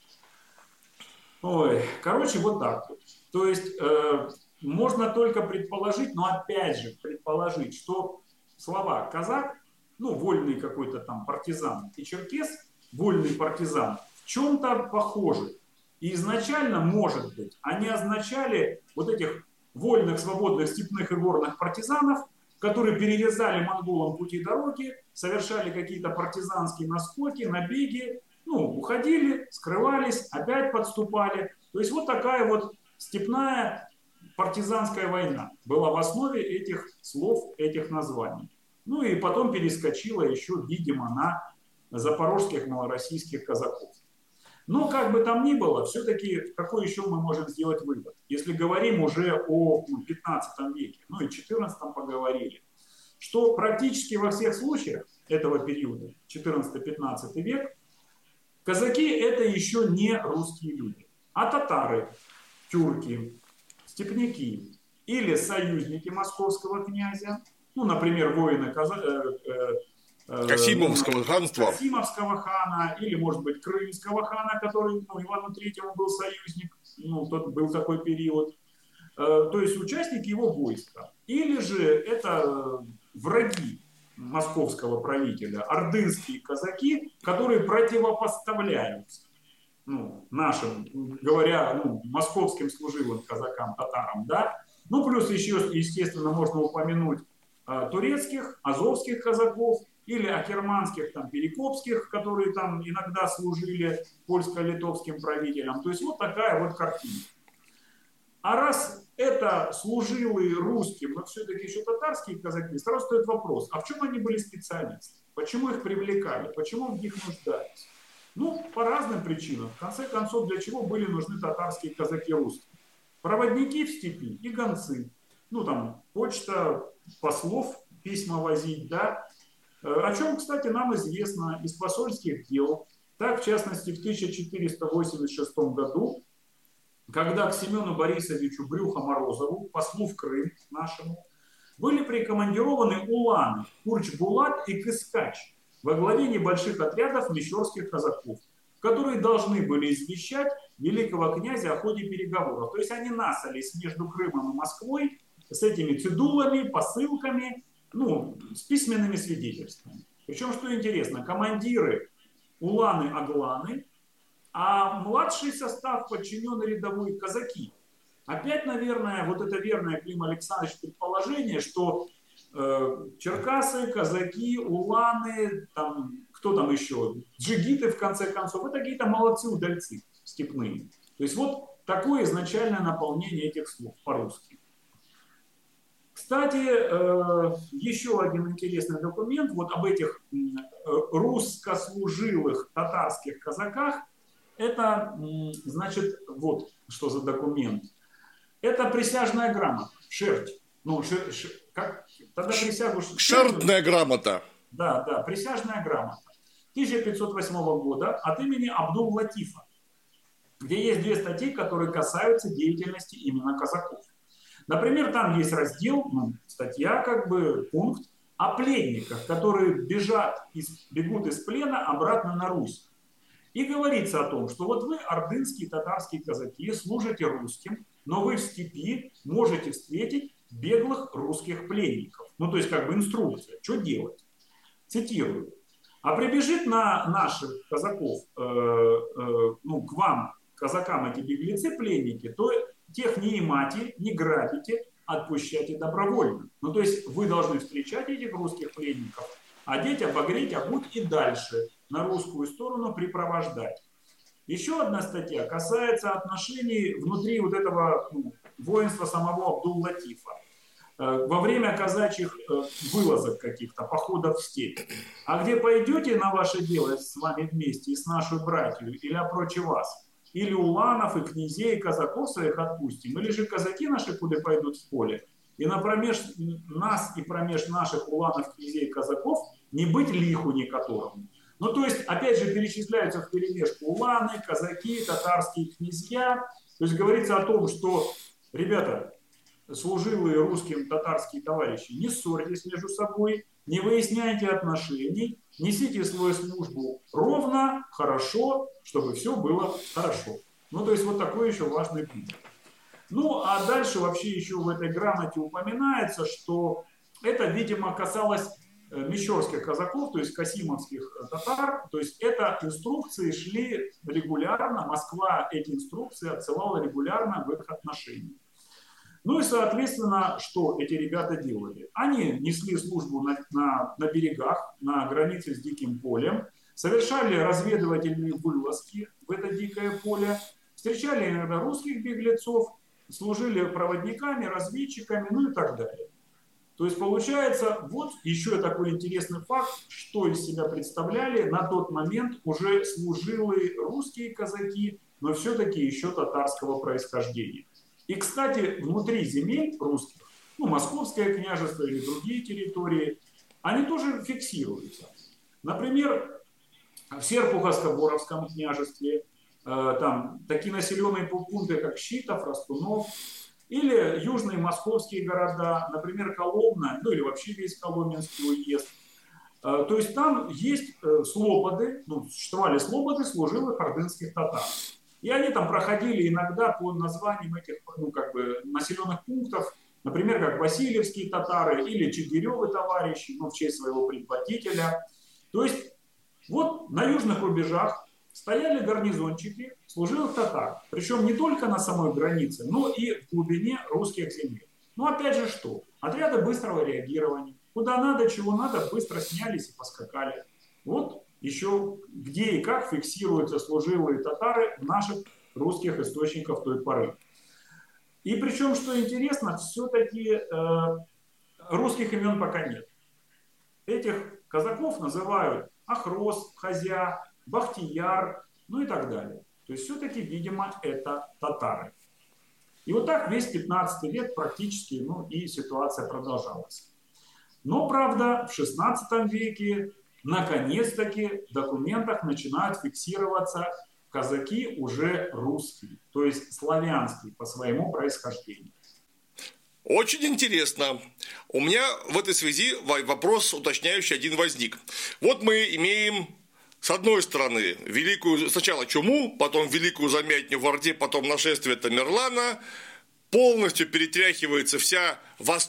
Speaker 2: Вот так вот. То есть можно только предположить, но опять же предположить, что слова казак, вольный какой-то там партизан, и черкес, вольный партизан, в чем-то похожи. И изначально, может быть, они означали вот этих вольных, свободных, степных и горных партизанов, которые перерезали монголам пути дороги, совершали какие-то партизанские наскоки, набеги, уходили, скрывались, опять подступали. То есть вот такая вот степная партизанская война была в основе этих слов, этих названий. И потом перескочила еще, видимо, на запорожских малороссийских казаков. Но как бы там ни было, все-таки какой еще мы можем сделать вывод? Если говорим уже о 15 веке, и 14 поговорили, что практически во всех случаях этого периода, 14-15 век, казаки это еще не русские люди, а татары, тюрки, степняки или союзники московского князя, например, воины
Speaker 1: Касимовского ханства.
Speaker 2: Касимовского хана, или, может быть, крымского хана, который Ивану Третьему был союзник, тот был такой период. То есть участники его войска. Или же это враги московского правителя, ордынские казаки, которые противопоставляются нашим, говоря, московским служилым казакам, татарам, да. Плюс еще, естественно, можно упомянуть турецких, азовских казаков, или акерманских, перекопских, которые там иногда служили польско-литовским правителям. То есть вот такая вот картина. А раз это служилые русским, но все-таки еще татарские казаки, сразу стоит вопрос, а в чем они были специалисты? Почему их привлекали? Почему в них нуждались? По разным причинам. В конце концов, для чего были нужны татарские казаки русские? Проводники в степи и гонцы. Почта, послов, письма возить, да. О чем, кстати, нам известно из посольских дел. Так, в частности, в 1486 году, когда к Семену Борисовичу Брюхо-Морозову, послу в Крым нашему, были прикомандированы уланы Курч-Булат и Кыскач во главе небольших отрядов мещерских казаков, которые должны были извещать великого князя о ходе переговоров. То есть они насались между Крымом и Москвой с этими цедулами, посылками, с письменными свидетельствами. Причем, что интересно, командиры уланы-агланы, а младший состав подчиненный рядовой казаки. Опять, наверное, вот это верное, Клим Александрович, предположение, что черкасы, казаки, уланы, кто там еще, джигиты, в конце концов, это какие-то молодцы-удальцы степные. То есть вот такое изначальное наполнение этих слов по-русски. Кстати, еще один интересный документ вот об этих русскослужилых татарских казаках. Это, значит, вот что за документ. Это присяжная грамота, шерть. Как? Тогда присягу...
Speaker 1: Шертная грамота.
Speaker 2: Да, присяжная грамота. 1508 года от имени Абдул-Латифа. где есть 2 статьи, которые касаются деятельности именно казаков. Например, там есть раздел, статья, пункт о пленниках, которые бегут из плена обратно на Русь. И говорится о том, что вот вы, ордынские татарские казаки, служите русским, но вы в степи можете встретить беглых русских пленников. То есть инструкция, что делать. Цитирую. А прибежит на наших казаков, к вам, казакам, эти беглецы, пленники, то тех не имайте, не грабите, отпущайте добровольно. То есть вы должны встречать этих русских пленников, одеть, обогреть, обуть и дальше на русскую сторону припровождать. Еще одна статья касается отношений внутри вот этого воинства самого Абдул-Латифа. Во время казачьих вылазок каких-то, походов в степь. А где пойдете на ваше дело с вами вместе и с нашей братьей, или опроче вас, или уланов, и князей, и казаков своих отпустим, или же казаки наши куда пойдут в поле, и напромеж нас и промеж наших уланов, князей и казаков не быть лиху никоторому. То есть, опять же, перечисляются вперемешку уланы, казаки, татарские князья. То есть, говорится о том, что, ребята, служилые русским татарские товарищи, не ссорьтесь между собой, не выясняйте отношений, несите свою службу ровно, хорошо, чтобы все было хорошо. То есть, вот такой еще важный пункт. А дальше вообще еще в этой грамоте упоминается, что это, видимо, касалось мещерских казаков, то есть касимовских татар, то есть это инструкции шли регулярно, Москва эти инструкции отсылала регулярно в их отношении. И, соответственно, что эти ребята делали? Они несли службу на берегах, на границе с Диким полем, совершали разведывательные вылазки в это дикое поле, встречали иногда русских беглецов, служили проводниками, разведчиками, и так далее. То есть получается, вот еще такой интересный факт, что из себя представляли на тот момент уже служилые русские казаки, но все-таки еще татарского происхождения. И, кстати, внутри земель русских, Московское княжество или другие территории, они тоже фиксируются. Например, в Серпуховско-Боровском княжестве там такие населенные пункты, как Щитов, Растунов, или южные московские города, например, Коломна, или вообще весь Коломенский уезд. То есть там есть слободы, существовали слободы служилых ордынских татар. И они там проходили иногда по названиям этих населенных пунктов, например, как Васильевские татары или Чигиревы товарищи, в честь своего предводителя. То есть вот на южных рубежах стояли гарнизончики служилых татар, причем не только на самой границе, но и в глубине русских земель. Опять же что? Отряды быстрого реагирования. Куда надо, чего надо, быстро снялись и поскакали. Вот еще где и как фиксируются служилые татары в наших русских источниках той поры. И причем, что интересно, все-таки русских имен пока нет. Этих казаков называют Ахрос, Хазя, Бахтияр, и так далее. То есть все-таки, видимо, это татары. И вот так весь 15 век практически, и ситуация продолжалась. Но, правда, в 16 веке наконец-таки в документах начинают фиксироваться казаки уже русские, то есть славянские по своему происхождению.
Speaker 1: Очень интересно. У меня в этой связи вопрос уточняющий один возник. Вот мы имеем, с одной стороны, сначала чуму, потом великую замятню в Орде, потом нашествие Тамерлана, полностью перетряхивается вся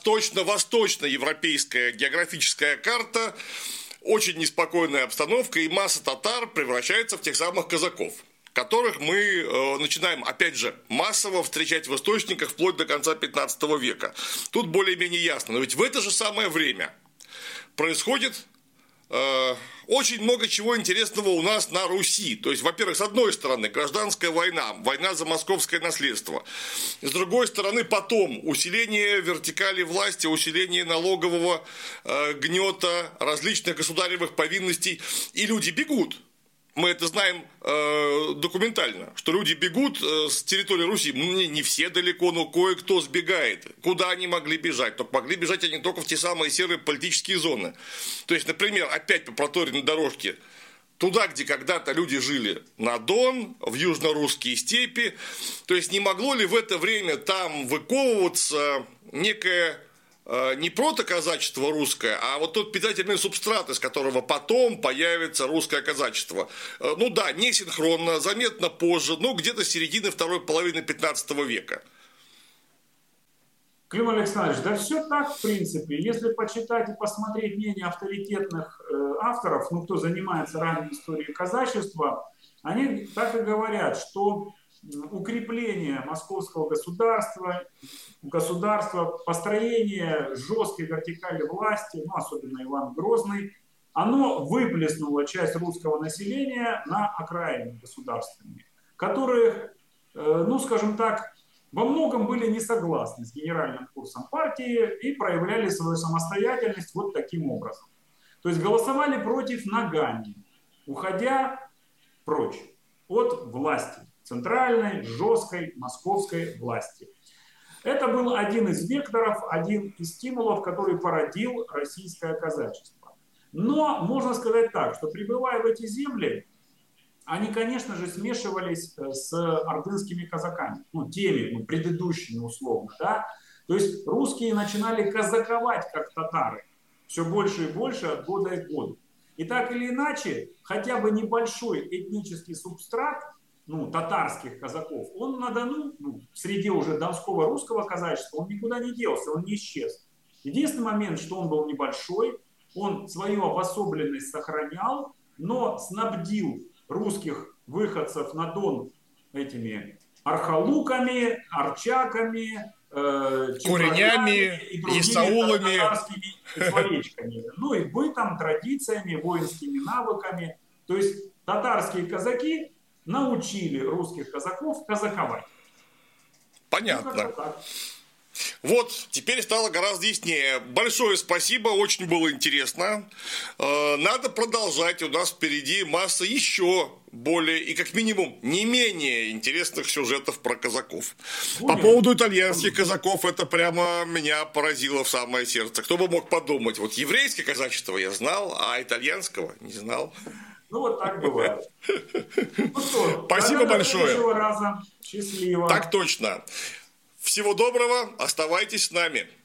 Speaker 1: восточно-европейская географическая карта, очень неспокойная обстановка, и масса татар превращается в тех самых казаков, которых мы начинаем, опять же, массово встречать в источниках вплоть до конца 15 века. Тут более-менее ясно. Но ведь в это же самое время происходит очень много чего интересного у нас на Руси. То есть, во-первых, с одной стороны, гражданская война, война за московское наследство. С другой стороны, потом усиление вертикали власти, усиление налогового гнета, различных государевых повинностей. И люди бегут. Мы это знаем документально, что люди бегут с территории Руси. Не все далеко, но кое-кто сбегает. Куда они могли бежать? Только могли бежать они только в те самые серые политические зоны. То есть, например, опять по проторенной дорожке туда, где когда-то люди жили, на Дон, в южно-русские степи. То есть не могло ли в это время там выковываться некое не протоказачество русское, а вот тот питательный субстрат, из которого потом появится русское казачество. Ну да, не синхронно, заметно позже, но где-то с середины второй половины 15 века.
Speaker 2: Клим Александрович, да все так, в принципе. Если почитать и посмотреть мнение авторитетных авторов, ну, кто занимается ранней историей казачества, они так и говорят, что укрепление московского государства, построение жесткой вертикали власти, ну, особенно Иван Грозный, оно выплеснуло часть русского населения на окраины государственные, которые, ну, скажем так, во многом были не согласны с генеральным курсом партии и проявляли свою самостоятельность вот таким образом. То есть голосовали против Нагани, уходя прочь от власти, центральной, жесткой московской власти. Это был один из векторов, один из стимулов, который породил российское казачество. Но можно сказать так, что прибывая в эти земли, они, конечно же, смешивались с ордынскими казаками, ну, теми, предыдущими условно, да. То есть русские начинали казаковать, как татары, все больше и больше от года к году. И так или иначе, хотя бы небольшой этнический субстрат, ну, татарских казаков, он на Дону, ну, среди уже донского русского казачества, он никуда не делся, он не исчез. Единственный момент, что он был небольшой, он свою обособленность сохранял, но снабдил русских выходцев на Дон этими архалуками, арчаками,
Speaker 1: куренями,
Speaker 2: и другими
Speaker 1: исаулами,
Speaker 2: татарскими словечками. Ну и бытом, традициями, воинскими навыками. То есть татарские казаки научили русских казаков казаковать.
Speaker 1: Понятно. Ну, вот, теперь стало гораздо яснее. Большое спасибо, очень было интересно. Надо продолжать, у нас впереди масса еще более и как минимум не менее интересных сюжетов про казаков. По поводу итальянских казаков, это прямо меня поразило в самое сердце. Кто бы мог подумать, вот еврейское казачество я знал, а итальянского не знал.
Speaker 2: Ну, вот так бывает. Ну что,
Speaker 1: спасибо большое.
Speaker 2: До следующего раза. Счастливо.
Speaker 1: Так точно. Всего доброго, оставайтесь с нами.